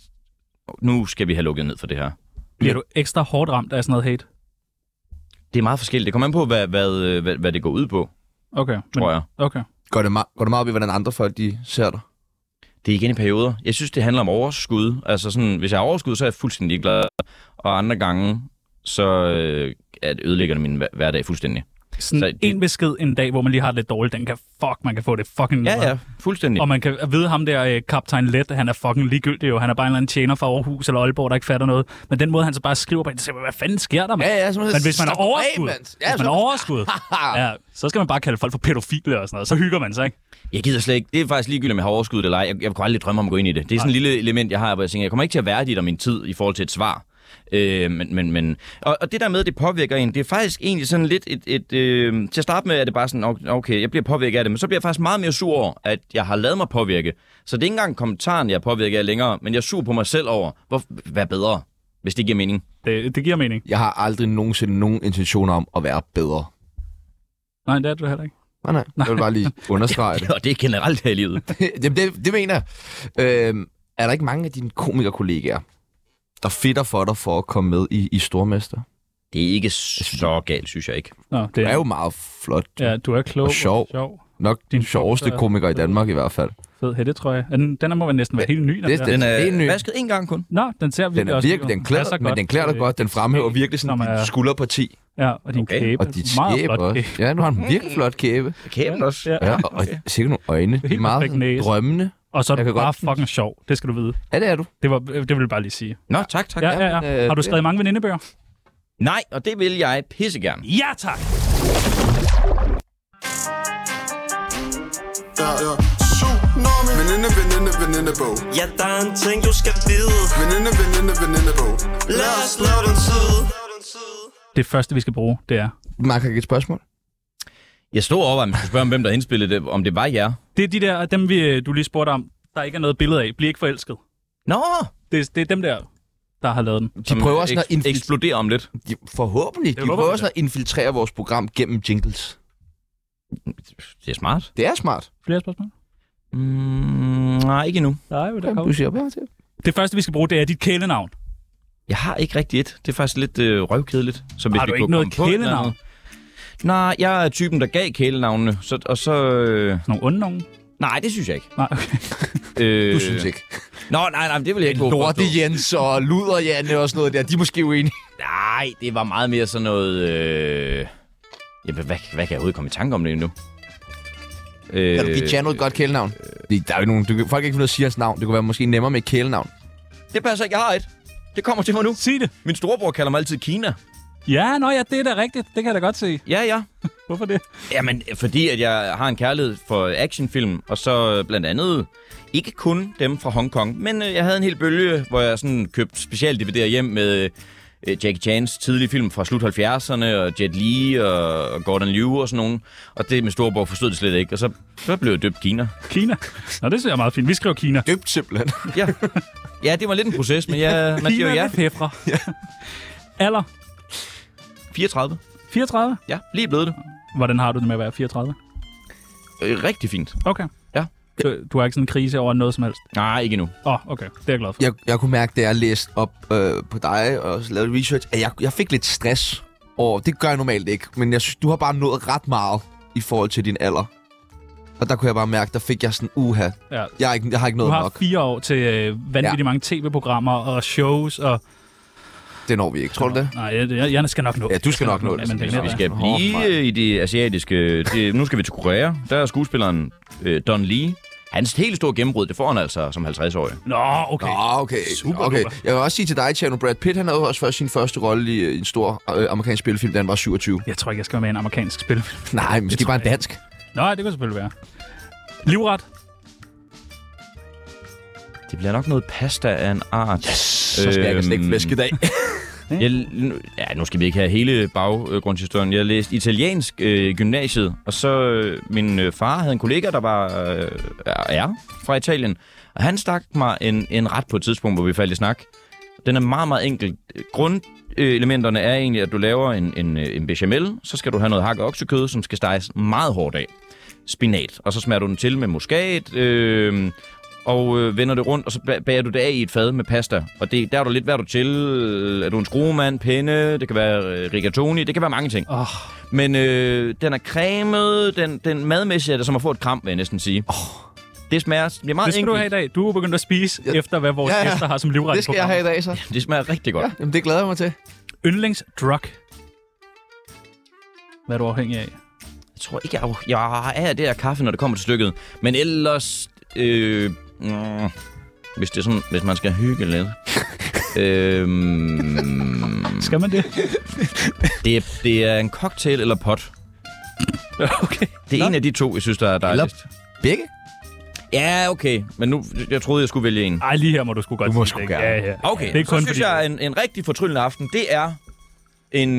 nu skal vi have lukket ned for det her. Bliver du ekstra hårdt ramt af sådan noget hate? Det er meget forskelligt. Det kommer an på, hvad det går ud på. Okay. Tror jeg. Okay. Går det meget op i, hvordan andre folk de ser dig? Det er igen i perioder. Jeg synes, det handler om overskud. Altså sådan, hvis jeg har overskud, så er jeg fuldstændig glad. Og andre gange, så ødelægger det min hverdag fuldstændig. Sådan en besked en dag, hvor man lige har det lidt dårligt, man kan få det fucking... Ja, fuldstændig. Og man kan vide ham der, kaptajn Let, han er fucking ligegyldig jo. Han er bare en eller anden tjener fra Aarhus eller Aalborg, der ikke fatter noget. Men den måde, han så bare skriver på, så hvad fanden sker der, man? Ja, men hvis man har overskud, så skal man bare kalde folk for pædofile og sådan noget. Så hygger man sig, ikke? Jeg gider slet ikke. Det er faktisk ligegyldigt, om jeg har overskud eller ej. Jeg kunne aldrig drømme om at gå ind i det. Det er sådan et lille element, jeg har, hvor jeg tænker, jeg kommer ikke til at værdige dig min tid i forhold til et svar. Og det der med, det påvirker en, det er faktisk egentlig sådan lidt til at starte med, er det bare sådan, okay, jeg bliver påvirket af det, men så bliver jeg faktisk meget mere sur over, at jeg har lavet mig påvirke. Så det er ikke engang kommentaren, jeg er påvirket af længere, men jeg er sur på mig selv over, hvad bedre, hvis det giver mening. Det giver mening. Jeg har aldrig nogensinde nogen intentioner om at være bedre. Nej, det er du heller ikke. Nej. Jeg vil bare lige understrege det. Og det er generelt her i livet. det mener jeg. Er der ikke mange af dine komikerkollegaer, der fedter for dig for at komme med i Stormester? Det er ikke så galt, synes jeg ikke. Nå, Du er jo meget flot. Ja, du er klog og sjov. Nok den sjoveste komiker i Danmark i hvert fald. Fed hætte, tror jeg. Den må næsten være helt ny. Den er helt ny. vasket en gang kun. Nå, den ser virkelig også virkelig, den klæder dig godt. Den fremhæver virkelig sådan din skulderparti. Ja, og din kæbe. Og dit skæb også. Ja, du har en virkelig flot kæbe. Kæben også. Ja, og sikkert nogle øjne. De er meget drømmende. Og så er du bare fucking sjov. Det skal du vide. Ja, det er du. Det vil jeg bare lige sige. Nå, tak. Ja. Har du skrevet mange venindebøger? Nej, og det vil jeg pissegerne. Ja, tak! Ja. Venindebog. Ja, der er en ting, du skal vide. Venindebog. Lad os lave den tid. Det første, vi skal bruge, det er... Mark, har ikke et spørgsmål? Jeg stod over, at man skulle spørge om, hvem der indspillede det, om det var jer. Det er de der, dem du lige spurgte om, der ikke er noget billede af. Bliv ikke forelsket. Nå! Det er dem der har lavet den. De prøver sådan at eksplodere om lidt. Forhåbentlig. De prøver sådan at infiltrere vores program gennem jingles. Det er smart. Det er smart. Flere spørgsmål? Nej, ikke endnu. Nej, men der kommer. Du siger bare til. Det første, vi skal bruge, det er dit kælenavn. Jeg har ikke rigtig et. Det er faktisk lidt røvkedeligt. Så hvis har du ikke noget kælenavn? Nej, jeg er typen, der gav kælenavnene. Nogle onde nogen? Nej, det synes jeg ikke. Nej, okay. Du synes ikke. Nej, det vil jeg ikke gå Lorte Jens og Luder Janne og sådan noget der, de er måske uenige. Nej, det var meget mere sådan noget... Hvad kan jeg overhovedet komme i tanke om det endnu? Kan du give Tjerno et godt kælenavn? Der er jo nogen, folk kan ikke finde at sige hans navn. Det kunne være måske nemmere med et kælenavn. Det passer ikke, jeg har et. Det kommer til mig nu. Sig det. Min storebror kalder mig altid Kina. Ja, det er da rigtigt. Det kan jeg da godt se. Ja. Hvorfor det? Jamen, fordi at jeg har en kærlighed for actionfilm, og så blandt andet ikke kun dem fra Hongkong, men jeg havde en hel bølge, hvor jeg sådan købte special-DVD'er hjem med Jackie Chans tidlige film fra slut 70'erne, og Jet Li og Gordon Liu og sådan nogen. Og det med storebror forstod det slet ikke, og så blev jeg døbt Kina. Kina? Nå, det synes jeg er meget fint. Vi skriver Kina. Døbt simpelthen. Ja, det var lidt en proces, men man siger jo ja. Pæfra. Ja. Alder? 34. 34? Ja, lige blevet det. Hvordan har du det med at være 34? Rigtig fint. Okay. Ja. Du har ikke sådan en krise over noget som helst? Nej, ikke endnu. Okay. Det er jeg glad for. Jeg kunne mærke, da jeg læste op på dig og lavede research, at jeg fik lidt stress over. Det gør jeg normalt ikke, men jeg synes, du har bare nået ret meget i forhold til din alder. Og der kunne jeg bare mærke, der fik jeg sådan, Ja. Jeg har ikke nået nok. Du har 4 år til vanvittigt mange tv-programmer og shows og... Det når vi ikke. Tror du det? Nej, jeg skal nok nå. Ja, du skal nok nå det. Vi skal blive i det asiatiske. Nu skal vi til Korea. Der er skuespilleren Don Lee. Hans helt store gennembrud, det får han altså som 50-årig. Nå, okay. Super. Okay. Jeg vil også sige til dig, Tjerno, Brad Pitt, han havde også først sin første rolle i en stor amerikansk spillefilm, da han var 27. Jeg tror ikke, jeg skal være med i en amerikansk spillefilm. Nej, måske bare en dansk. Nej, det kunne selvfølgelig være. Livret? Det bliver nok noget pasta af en art. Yes, så skal jeg slet ikke flæsk i dag. Nu skal vi ikke have hele baggrundshistorien. Jeg læste italiensk gymnasiet, og så min far havde en kollega, der var fra Italien, og han stak mig en ret på et tidspunkt, hvor vi faldt i snak. Den er meget, meget enkel. Grundelementerne er egentlig, at du laver en bechamel, så skal du have noget hakket oksekød, som skal steges meget hårdt af. Spinat, og så smager du den til med muskat, og vender det rundt, og så bager du det af i et fad med pasta. Og der er du lidt, hvad er du til? Er du en skruemand, penne? Det kan være rigatoni, det kan være mange ting. Men den er cremet, den madmæssige er det som at få et kram, vil jeg næsten sige. Det smager meget enkelt. Det skal du have i dag. Du er begyndt at spise efter, hvad vores gæster har som livret. Det skal jeg have i dag, så. Det smager rigtig godt. Ja, jamen, det glæder jeg mig til. Yndlingsdrug. Hvad er du afhængig af? Jeg tror ikke, jeg er det her kaffe, når det kommer til stykket. Men ellers... hvis det er sådan, hvis man skal hygge lidt. Skal man det? Det er en cocktail eller pot. Okay. Det er en af de to, jeg synes, der er dejligst. Begge? Ja, okay. Men nu, jeg troede, jeg skulle vælge en. Ej, lige her må du sgu godt Du må sige sgu det. gerne. Ja. Okay, Det er kun så synes jeg, en rigtig fortryllende aften, det er en...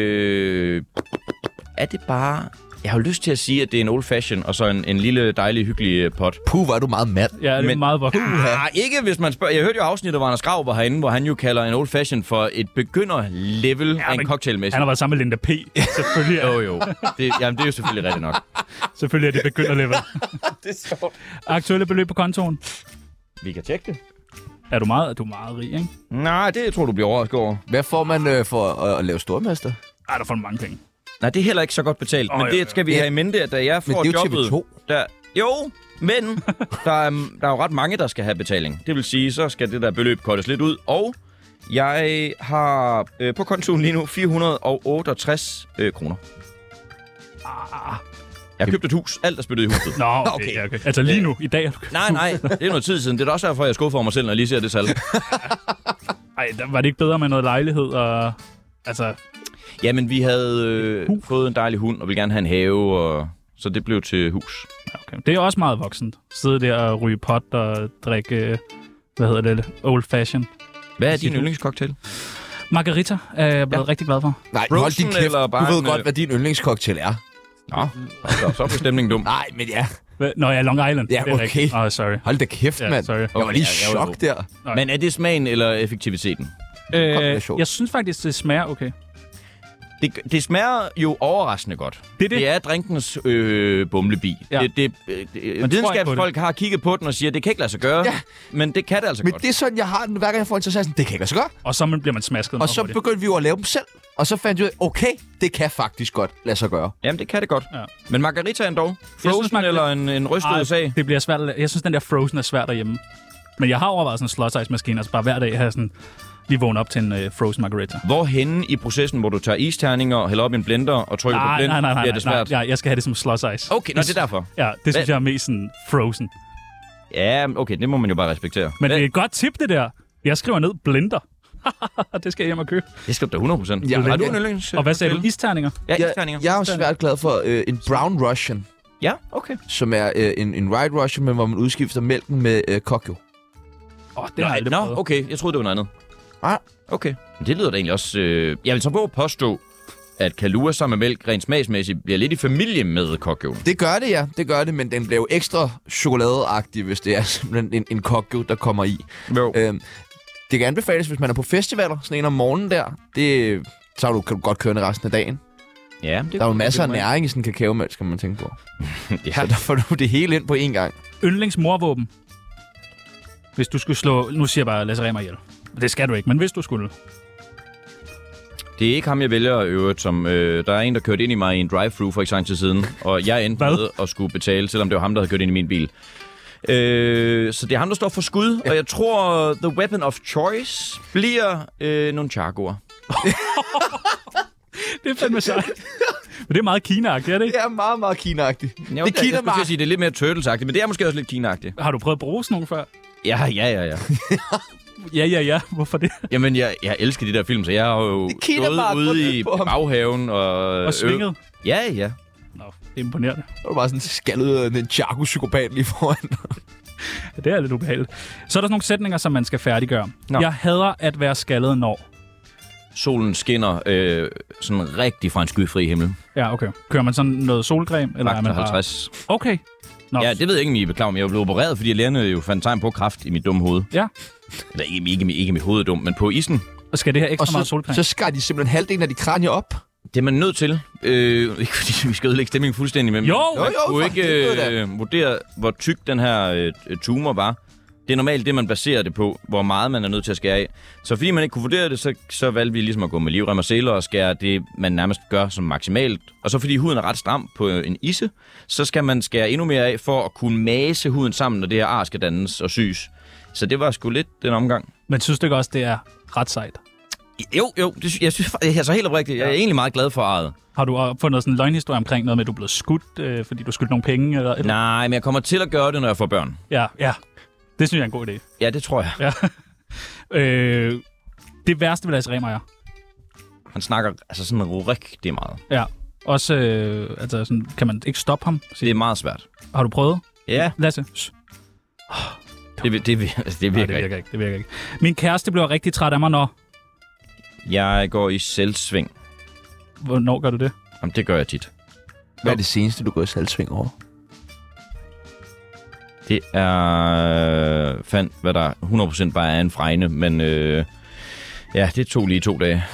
er det bare... Jeg har jo lyst til at sige, at det er en old fashion, og så en lille, dejlig, hyggelig pot. Puh, hvor er du meget mand. Ja, det er meget voksen. Ikke hvis man spørger... Jeg hørte jo afsnittet, hvor Anders Grav var herinde, hvor han jo kalder en old fashion for et beginner-level af en cocktailmæssig. Han har været sammen med Linda P. Selvfølgelig er, Jo. Det er jo selvfølgelig rigtigt nok. selvfølgelig er det begynderlevel. Det er sjovt. Aktuelle beløb på kontoen. Vi kan tjekke det. Er du meget rig, ikke? Nej, det tror du bliver overrasket over. Hvad får man for at lave stormester? Ej, der får du mange penge. Nej, det er heller ikke så godt betalt. Men det skal vi have i mente, at da jeg får Men det er jo jobbet... TV2. Jo, men der er jo ret mange, der skal have betaling. Det vil sige, så skal det der beløb kortes lidt ud. Og jeg har på kontoen lige nu 468 kroner. Jeg har købt et hus. Alt er spyttet i huset. Nå, okay. Altså lige nu, i dag har du købt. Nej, det er noget tid siden. Det er da også derfor, jeg skuffer mig selv, når jeg lige ser det salg. Ej, var det ikke bedre med noget lejlighed og... Altså, Jamen, vi havde fået en dejlig hund, og ville gerne have en have, og så det blev til hus. okay. Det er også meget voksent. Sidde der og ryge pot og drikke, old fashion. Hvad er din yndlingscocktail? Margarita er jeg blevet rigtig glad for. Nej, Frozen hold din kæft. eller bare Du ved en, godt, hvad din yndlingscocktail er. Nå, så er stemningen dum. Nej, men ja. Nå, ja, Long Island. Ja, Det er okay. rigtigt. Sorry. Hold da kæft, Ja, mand. sorry. Jeg var lige i Ja, chok der. Men er det smagen eller effektiviteten? Kombination. Jeg synes faktisk, det smager okay. Det smager jo overraskende godt. Det er drinkens bumlebi. Ja. Videnskabsfolk har kigget på den og siger, at det kan ikke lade sig gøre. Ja. Men det kan det altså Men godt. det er sådan, jeg har den, hver gang jeg får en til sådan, det kan ikke så godt. Og så bliver man smasket. Og så begyndte vi jo at lave dem selv. Og så fandt vi ud af, okay, det kan faktisk godt lade sig gøre. Jamen, det kan det godt. Ja. Men margaritaen dog? synes, Frozen eller en rystet sag? Det bliver svært. Jeg synes, den der Frozen er svært derhjemme. Men jeg har overvejet sådan en slush ice maskine, altså bare hver dag have sådan lige vågne op til en Frozen margarita. Hvor henne i processen, hvor du tager isterninger, hælder op i en blender og trykker på blend, bliver det svært? Nej, jeg skal have det som slush ice. Okay, det er derfor. Ja, det synes jeg er mest sådan Frozen. Ja, okay, det må man jo bare respektere. Men det er et godt tip, det der. Jeg skriver ned blender. Det skal jeg hjem og købe. Det skal du da 100%. Ja, Har du ja. en yndlings? Og hvad sagde du? Isterninger? Ja, isterninger. Jeg er jo svært glad for en Brown Russian, Ja, okay. som er en White Russian, men hvor man udskifter mælken med kokjo. Det har jeg aldrig Nå, prøvet. okay. Jeg troede, det var noget andet. Ah. Okay. Men det lyder da egentlig også... Jeg vil så på at påstå, at Kahlua sammen med mælk rent smagsmæssigt bliver lidt i familie med kokjoen. Det gør det, ja. Det gør det, men den bliver jo ekstra chokoladeagtig, hvis det er simpelthen en kokjo, der kommer i. Jo. Det kan anbefales, hvis man er på festivaler, sådan en om morgenen der. Så kan du godt køre den resten af dagen. Ja, det Der er jo masser af næring i sådan en kakaomælk, skal man tænke på. Ja. Så der får du det hele ind på én gang. Yndlingsmorvåben. Hvis du skulle slå... Nu siger jeg bare, Lasse Remmer ihjel. Det skal du ikke, men hvis du skulle... Det er ikke ham, jeg vælger i øvrigt, som... der er en, der kørte ind i mig i en drive-thru for ikke så lang tid siden, og jeg endte med at skulle betale, selvom det var ham, der havde kørt ind i min bil. Så det er ham, der står for skud, og jeg tror, the weapon of choice bliver nogle chargoer. Det er fandme sejt. Men det er meget Kina-agtigt, er det ikke? Det er meget, meget Kina-agtigt. Det er Kina, jeg skulle sige, det er lidt mere turtles-agtigt, men det er måske også lidt Kina-agtigt. Har du prøvet at bruge sådan nogle før? Ja. Ja. Hvorfor det? Jamen, jeg elsker de der film, så jeg har jo Det kigger gået bare ude i på ham. baghaven og... Og svinget? Ja. Nå, det er imponerende. Så er du bare sådan skaldet en Chaco-psykopat lige foran. Det er lidt ubehageligt. Så er der sådan nogle sætninger, som man skal færdiggøre. Nå. Jeg hader at være skaldet når. Solen skinner sådan rigtig fra en skyfri himmel. Ja, okay. Kører man sådan noget solcreme? Eller er Faktor man bare... 50. Okay. Nå. Ja, det ved jeg ikke, om I er beklaget, men jeg blev opereret, fordi lægerne jo fandt tegn på kræft i mit dumme hoved. Ja. Eller ikke mit hoved dum, men på isen. Og skal det her ekstra Og meget solcreme? så skar de simpelthen halvdelen af de kranier op. Det er man nødt til. Ikke fordi vi skal ødelægge stemningen fuldstændig, men Jo! man kunne for helvede ikke vurdere, hvor tyk den her tumor var. Det er normalt det, man baserer det på, hvor meget man er nødt til at skære af. Så fordi man ikke kunne vurdere det, så valgte vi ligesom at gå med livrem og seler og skære det, man nærmest gør som maksimalt. Og så fordi huden er ret stram på en isse, så skal man skære endnu mere af for at kunne mase huden sammen, når det her ar skal dannes og syes. Så det var sgu lidt den omgang. Men synes du ikke også, det er ret sejt? Jo, jeg synes jeg er så helt oprigtigt. Jeg er egentlig meget glad for arret. Har du fundet sådan en løgnhistorie omkring noget med, at du er blevet skudt, fordi du skyldte nogle penge? Eller et? Nej, men jeg kommer til at gøre det, når jeg får børn. Ja. Det synes jeg er en god idé. Ja, det tror jeg. Ja. Det værste ved Lasse Remmer er? Han snakker altså sådan rigtig meget. Ja. Også, altså sådan, kan man ikke stoppe ham? Så det er meget svært. Har du prøvet? Ja. Lasse? Det virker ikke. Det virker ikke. Min kæreste bliver rigtig træt af mig, når... Jeg går i selvsving. Hvornår gør du det? Jamen, det gør jeg tit. Hvad er det seneste, du går i selvsving over? Det er... hvad der 100% bare er en fregne, men ja, det tog lige 2 dage.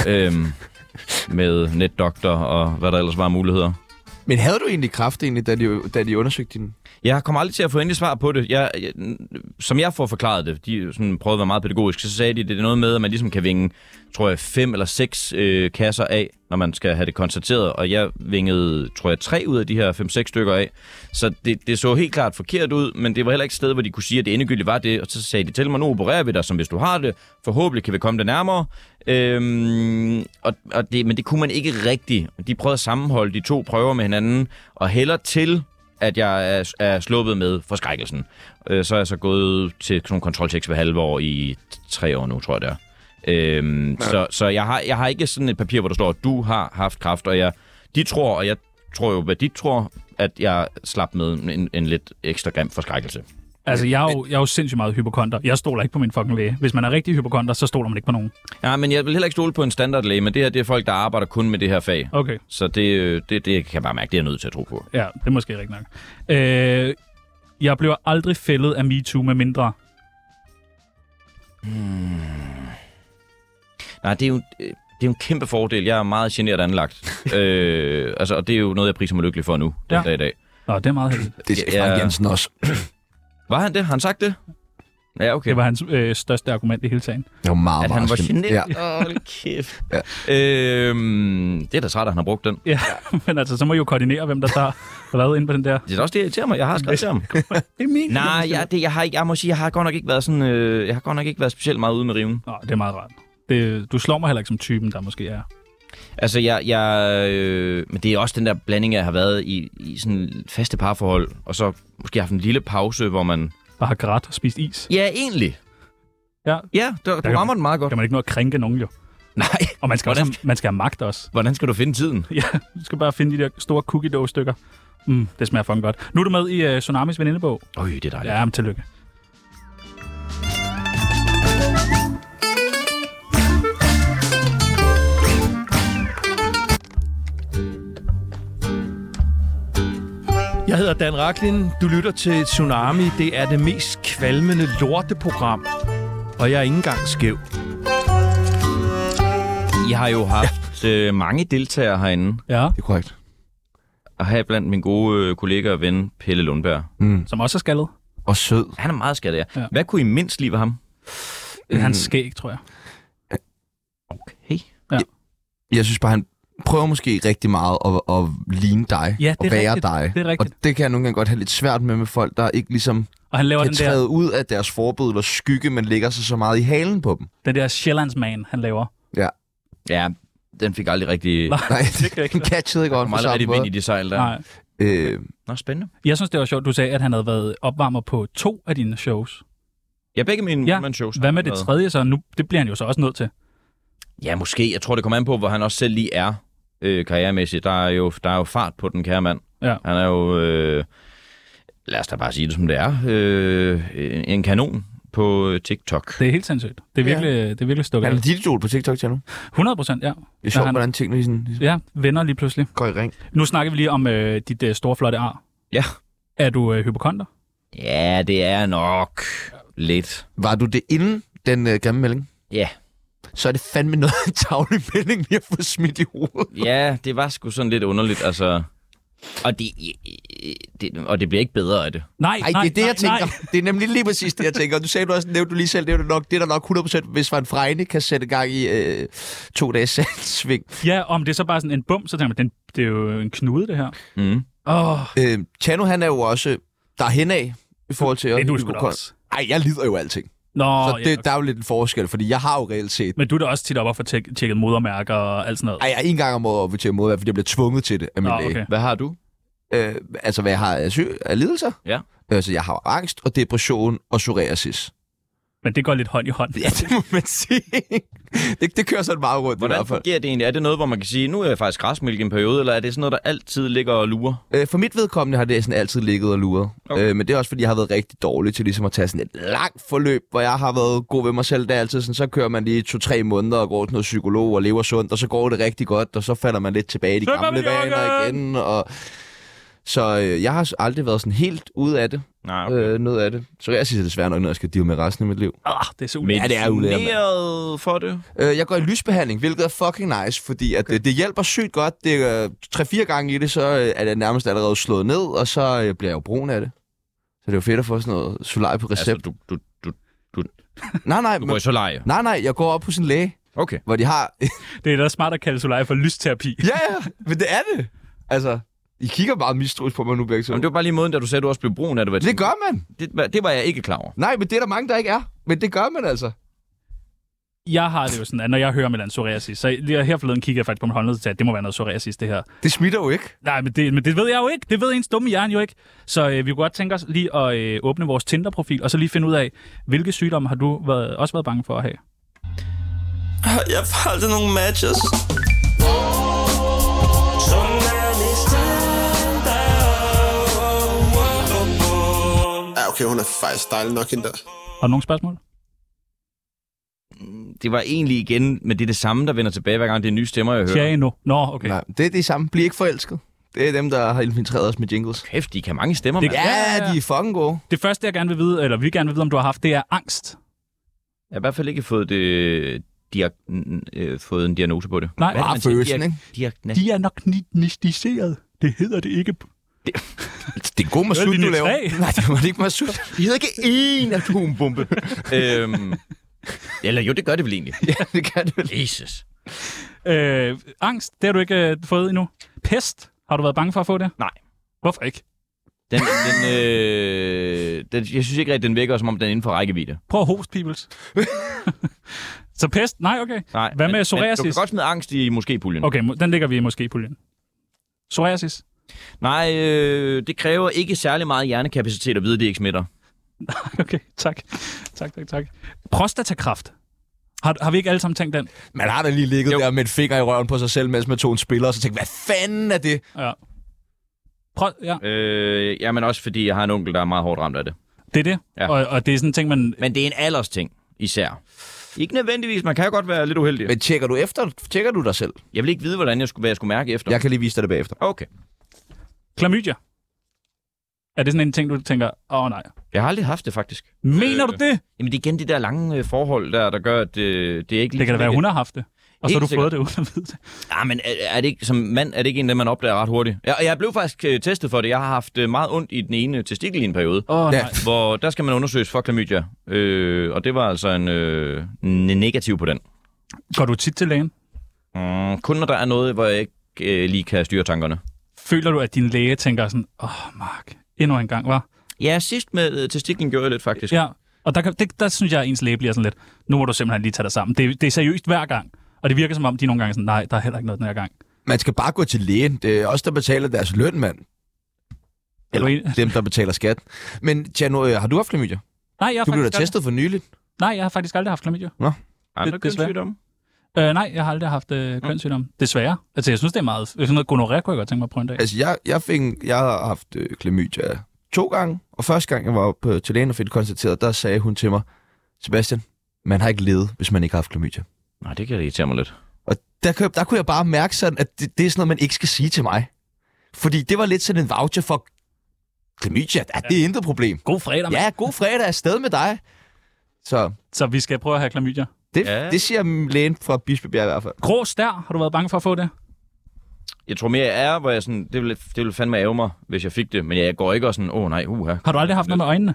Med netdoktor og hvad der ellers var muligheder. Men havde du egentlig kræft, da de undersøgte din... Jeg kommer aldrig til at få endelig svar på det. Som jeg får forklaret det, de sådan prøvede at være meget pædagogisk, så sagde de, det er noget med, at man ligesom kan vinge, tror jeg, 5 eller 6 kasser af, når man skal have det konstateret. Og jeg vingede, tror jeg, 3 ud af de her 5-6 stykker af. Så det så helt klart forkert ud, men det var heller ikke et sted, hvor de kunne sige, at det endegyldigt var det. Og så sagde de til mig, nu opererer vi dig, som hvis du har det. Forhåbentlig kan vi komme det nærmere. Men det kunne man ikke rigtigt. De prøvede at sammenholde de 2 prøver med hinanden, og hælder til, at jeg er sluppet med forskrækkelsen. Så er jeg så gået til nogle kontrolchecks hver halve år i 3 år nu, tror jeg det er. Så jeg har ikke sådan et papir, hvor der står, at du har haft kræft, og de tror, og jeg tror jo, hvad de tror, at jeg slap med en lidt ekstra grim forskrækkelse. Altså, jeg er jo sindssygt meget hypokonter. Jeg stoler ikke på min fucking læge. Hvis man er rigtig hypokonter, så stoler man ikke på nogen. Ja, men jeg vil heller ikke stole på en standardlæge, men det er folk, der arbejder kun med det her fag. Okay. Så det kan jeg bare mærke, det er jeg nødt til at tro på. Ja, det er måske rigtig nok. Jeg bliver aldrig fældet af MeToo med mindre. Nej, det er jo en kæmpe fordel. Jeg er meget generet anlagt. Og det er jo noget, jeg priser mig lykkelig for nu, den dag i dag. Nå, det er meget heldigt. Det skal Frank Jensen også. Var han det? Har han sagt det? Ja, okay. Det var hans største argument i hele sagen. Det var meget, at han var generet? Ja. Kæft. Ja. Det er da træt, at han har brugt den. Ja, men altså, så må I jo koordinere, hvem der tager hvad inde på den der. Det er også det, jeg irriterer mig. Jeg har skrevet til ham. Det er min. Nej, jeg må sige, jeg har godt nok ikke været sådan... jeg har godt nok ikke været specielt meget ude med riven. Nå, det er meget rart. Du slår mig heller ikke som typen, der måske er. Altså, men det er også den der blanding, jeg har været i sådan faste parforhold, og så måske haft en lille pause, hvor man... Bare har grædt og spist is. Ja, egentlig. Ja, du rammer den meget godt. Kan man ikke nå at krænke nogen, jo? Nej. Og man skal have magt også. Hvordan skal du finde tiden? Ja, du skal bare finde de der store cookie dough stykker. Det smager fucking godt. Nu er du med i Tsunamis venindebog. Det er dejligt. Ja, men tillykke. Jeg hedder Dan Rachlin. Du lytter til Tsunami. Det er det mest kvalmende lorteprogram. Og jeg er ikke engang skæv. I har jo haft mange deltagere herinde. Ja. Det er korrekt. Og her blandt min gode kollega og ven, Pelle Lundberg. Som også er skaldet. Og sød. Han er meget skaldet, ja. Hvad kunne I mindst lide ved ham? Hans skæg, tror jeg. Okay. Ja. Jeg synes bare, han prøver måske rigtig meget at ligne dig, ja, og være rigtigt. dig. Det er rigtigt. Og det kan jeg nogle gange godt have lidt svært med folk, der ikke ligesom og han laver kan den træde der... ud af deres forbillede eller skygge, men lægger sig så meget i halen på dem. Den der Sjællandsman, han laver. Ja, den fik aldrig rigtig... Nej, den catchede ikke godt på samme rigtig måde. vind i de sejl der. Nej. Spændende. Jeg synes, det var sjovt, du sagde, at han havde været opvarmer på 2 af dine shows. Ja, begge mine shows. Hvad med det tredje så? Nu, det bliver han jo så også nødt til. Ja, måske. Jeg tror, det kommer an på, hvor han også selv lige er karrieremæssigt. Der er jo fart på den kære mand. Ja. Han er jo, lad os da bare sige det, som det er, en kanon på TikTok. Det er helt sindssygt. Det er virkelig stukket. Han er dit idol på TikTok til nu? 100%, ja. Det er sjovt, hvordan tingene ligesom ja, venner lige pludselig. Går i ring. Nu snakker vi lige om dit store, flotte ar. Ja. Er du hypokonter? Ja, det er nok lidt. Var du det inden den grimme melding? Ja. Så er det fandme noget af en tavlig melding, vi har fået smidt i hovedet. Ja, det var sgu sådan lidt underligt, altså... Og det bliver ikke bedre af det. Nej, det er det, jeg tænker. Det er nemlig lige præcis det, jeg tænker. Du sagde nævnte du lige selv, det er der nok 100%, hvis Van Freine kan sætte gang i 2 dages salgsving. Ja, om det er så bare sådan en bum, så tænker man, det er jo en knude, det her. Chano, han er jo også derhenad i forhold til... Det er du sgu da også. Ej, jeg lider jo alting. Nå, så der er jo lidt en forskel, fordi jeg har jo reelt set... Men du er da også tit op og få tjekket modermærker og alt sådan noget? Ej, jeg er en gang om året at tjekke modermærker, fordi jeg bliver tvunget til det af min læge. Okay. Hvad har du? Hvad jeg har af lidelser? Ja. Så jeg har angst og depression og psoriasis. Men det går lidt hånd i hånd. Ja, det må man sige. det kører sådan meget rundt. Hvordan fungerer det egentlig? Er det noget, hvor man kan sige, nu er jeg faktisk græsmælk i en periode, eller er det sådan noget, der altid ligger og lurer? For mit vedkommende har det sådan altid ligget og luret. Okay. Men det er også, fordi jeg har været rigtig dårlig til ligesom at tage sådan et langt forløb, hvor jeg har været god ved mig selv. Det er altid sådan, så kører man lige 2-3 måneder og går til noget psykolog og lever sundt, og så går det rigtig godt, og så falder man lidt tilbage i de gamle vaner igen. Så jeg har aldrig været sådan helt ude af det. Nej, okay. Noget af det. Så jeg synes, det er desværre nok noget, jeg skal deal med resten af mit liv. Det er så ulækkert. Ja, det er ulækkert. Medicineret for det? Jeg går i lysbehandling, hvilket er fucking nice, fordi at det hjælper sygt godt. Det er 3-4 gange i det, så er det nærmest allerede slået ned, og så bliver jeg jo brun af det. Så det er jo fedt at få sådan noget solarie på recept. Altså, du Nej, går i solarie? Nej, jeg går op på sådan en læge, okay. Hvor de har... Det er da smart at kalde solarie for lysterapi. Ja, men det er det. Altså... I kigger meget mistroisk på mig nu, begge to. Men det var bare lige måden, da du sagde, at du også blev brun af det. Det gør man. Det var jeg ikke klar over. Nej, men det er der mange, der ikke er. Men det gør man altså. Jeg har det jo sådan, at når jeg hører med psoriasis, så her forleden kigger jeg faktisk på min håndled til, at det må være noget psoriasis, det her. Det smitter jo ikke. Nej, men det ved jeg jo ikke. Det ved ens dumme hjerne jo ikke. Så vi kunne godt tænke os lige at åbne vores Tinder-profil, og så lige finde ud af, hvilke sygdomme har du også været bange for at have? Jeg har aldrig nogen matches. Okay, hun er faktisk dejlig nok hende der. Har du nogle spørgsmål? Det var egentlig igen, men det er det samme, der vender tilbage, hver gang det er nye stemmer, jeg hører. Piano. Nå, okay. Nej, det er det samme. Bliv ikke forelsket. Det er dem, der har infiltreret os med jingles. Kæft, de kan mange stemmer, Det- mand. Ja, de er fucking gode. Det første, jeg gerne vil vide, eller vi gerne vil vide, om du har haft, det er angst. Jeg har i hvert fald ikke fået fået en diagnose på det. Nej, Hvad er det, bare man siger? følelsen, ikke? de er nok diagnostiseret. Det hedder det ikke. Det er en god masud, Det er du de laver. tre. Nej, det var ikke masud. I hedder ikke én atombombe. Eller jo, det gør det vel egentlig. Ja, det kan det vel. Jesus. Angst, det har du ikke fået endnu. Pest, har du været bange for at få det? Nej. Hvorfor ikke? Den, jeg synes ikke rigtig, den virker, som om den er inden for rækkevidde. Prøv at hoste, peoples. Så pest? Nej, okay. Nej, Hvad med men psoriasis? du kan godt smide angst i måske-puljen. Okay, den ligger vi i måske-puljen. Psoriasis? Nej, det kræver ikke særlig meget hjernekapacitet at vide, at det ikke smitter. Okay, tak. Tak. Prostatakræft. Har vi ikke alle sammen tænkt den? Man har da lige ligget Jo. der med et finger i røven på sig selv, mens man tog en spiller, og så tænkte, hvad fanden er det? Ja. Jamen også fordi jeg har en onkel, der er meget hårdt ramt af det. Det er det? Ja. Og det er sådan en ting, man... Men det er en aldersting, især. Ikke nødvendigvis, man kan jo godt være lidt uheldig. Men tjekker du dig selv? Jeg vil ikke vide, hvad jeg skulle mærke efter. Jeg kan lige vise dig det bagefter. Okay. Klamydia. Er det sådan en ting, du tænker, nej. Jeg har aldrig haft det, faktisk. Mener du det? Jamen, det er igen de der lange forhold, der gør, at det er ikke lige... Det kan da være, hun har haft det. Og så har du Helt fået det uden at vide det. Ja, men er det ikke, som mand er det ikke en af dem, man opdager ret hurtigt? Jeg blev faktisk testet for det. Jeg har haft meget ondt i den ene testikel i en periode. Nej. Hvor der skal man undersøges for klamydia. Og det var altså en negativ på den. Går du tit til lægen? Kun når der er noget, hvor jeg ikke lige kan styre tankerne. Føler du, at din læge tænker sådan, Mark, endnu en gang, hva'? Ja, sidst med testiklen gjorde jeg lidt, faktisk. Ja, og der synes jeg, at ens læge bliver sådan lidt, nu må du simpelthen lige tage dig sammen. Det er seriøst hver gang. Og det virker som om, de nogle gange er sådan, nej, der er heller ikke noget den her gang. Man skal bare gå til lægen. Det er også der betaler deres løn, mand. Eller dem, der betaler skat. Men Tjano, har du haft klamydia? Nej, Du blev da testet for nyligt. Nej, jeg har faktisk aldrig haft klamydia. Nå. Andre kønssygdomme? Nej, jeg har aldrig haft kønssygdom. Desværre. Altså, jeg synes, det er meget... Sådan noget gonorrhea kunne jeg godt tænke mig at prøve en dag. Altså, jeg har haft klamydia 2 gange, og første gang, jeg var oppe til lægen og fik det konstateret, der sagde hun til mig, Sebastian, man har ikke levet, hvis man ikke har haft klamydia. Nej, det kan da irritere mig lidt. Og der kunne jeg bare mærke sådan, at det er sådan noget, man ikke skal sige til mig. Fordi det var lidt sådan en voucher for klamydia. Ja, det er intet problem. God fredag, mand. Ja, god fredag afsted med dig. Så vi skal prøve at have klamydia. det siger lægen fra Bispebjerg i hvert fald. Grå stær, har du været bange for at få det? Jeg tror mere, jeg er, hvor jeg sådan... Det ville fandme ærge mig, hvis jeg fik det. Men jeg går ikke og sådan, nej, Har du aldrig haft noget med øjnene?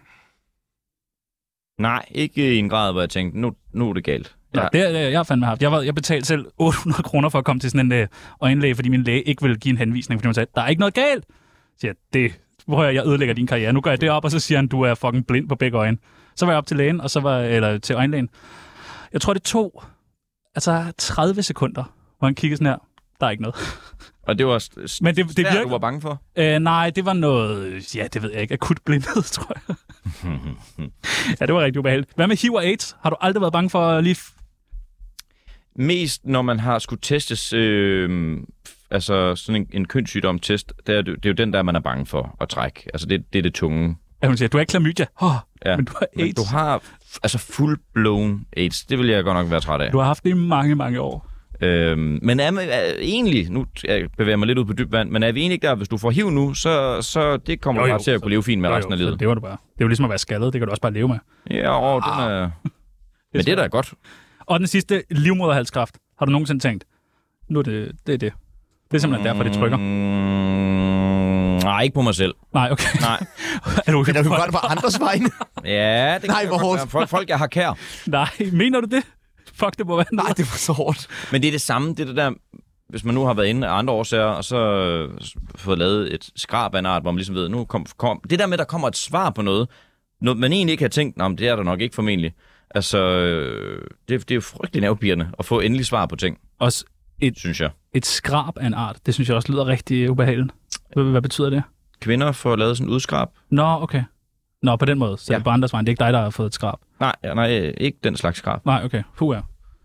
Nej, ikke i en grad, hvor jeg tænkte, nu er det galt. Ja, det jeg har fandme haft. Jeg betalte selv 800 kroner for at komme til sådan en øjenlæge, fordi min læge ikke ville give en henvisning, fordi hun sagde, der er ikke noget galt. Så siger jeg ødelægger din karriere. Nu gør jeg det op, og så siger han, du er fucking blind på begge øjne. Så var jeg op til lægen, eller til øjenlægen. Jeg tror, det tog 30 sekunder, hvor han kiggede sådan her. Der er ikke noget. Og det var Men det svært, virker... du var bange for? Nej, det var noget... Ja, det ved jeg ikke. Akut blindhed, tror jeg. Ja, det var rigtig ubehageligt. Hvad med HIV og AIDS? Har du aldrig været bange for lige... Mest, når man har skulle testes... altså, sådan en kønssygdomstest, det er jo den der, man er bange for at trække. Altså, det er det tunge. Ja, hun siger, du har ikke klamydia, Ja. men du har AIDS. Men du har altså full-blown AIDS. Det vil jeg godt nok være træt af. Du har haft det i mange, mange år. Men egentlig, nu bevæger jeg mig lidt ud på dybt vand, men er vi egentlig ikke der, hvis du får HIV nu, så det kommer du bare til at kunne leve fint med resten af livet. Det var du bare. Det er jo ligesom at være skaldet, det kan du også bare leve med. Ja, den er... Men det er da godt. Og den sidste, livmoderhalskræft. Har du nogensinde tænkt, nu er det. Det er simpelthen derfor, det trykker. Nej, ikke på mig selv. Nej, okay. Nej. Men er du godt på andres vegne? Ja, det Nej, hvor hårdt. Folk, jeg har kær. Nej, mener du det? Fuck, det må være Nej, det var så hårdt. Men det er det samme, det er det der, hvis man nu har været inde af andre årsager, og så fået lavet et skrab af en art, hvor man ligesom ved, nu kom det der med, der kommer et svar på noget man egentlig ikke har tænkt, men det er der nok ikke formentlig. Altså, det er jo frygtelig nervepirrende at få endelig svar på ting. Også synes jeg. Et skrab af en art, det synes jeg også lyder rigtig ubehageligt. Hvad betyder det? Kvinder får lavet sådan et udskrab. Nå, okay. Nå, på den måde. Så på andres vejen. Det er ikke dig, der har fået et skrab. Nej, ikke den slags skrab. Nej, okay. Ja.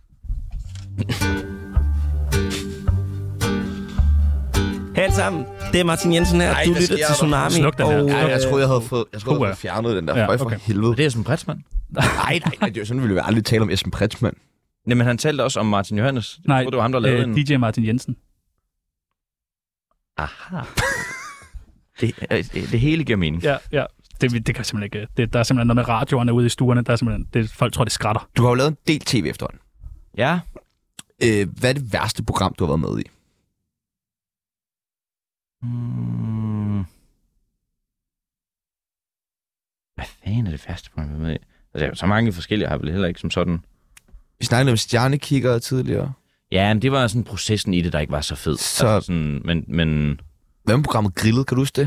Hej alle sammen, det er Martin Jensen her. Du lytter til Tsunami. Sluk den her. Ja, jeg troede, jeg havde fået fjernet den der. Ja, for helvede. Det er Esben Pretzmann. Nej, det er sådan, ville vi aldrig tale om Esben Pretzmann. Nej, men han talte også om Martin Johannes. Nej, jeg tror, det var ham, der lavede en... DJ Martin Jensen. Aha. det hele giver mening. Ja. Det kan simpelthen ikke... Der er simpelthen noget med radioerne ude i stuerne. Der er simpelthen... folk tror, det skrætter. Du har jo lavet en del tv efterhånden. Ja. Hvad er det værste program, du har været med i? Hvad fanden er det værste program, jeg har været med i? Altså, der er så mange forskellige, jeg har vel heller ikke som sådan... Vi snakkede om stjernekiggere tidligere. Ja, men det var sådan processen i det, der ikke var så fed. Så... Altså sådan, men... Hvad med programmet Grillet? Kan du huske det?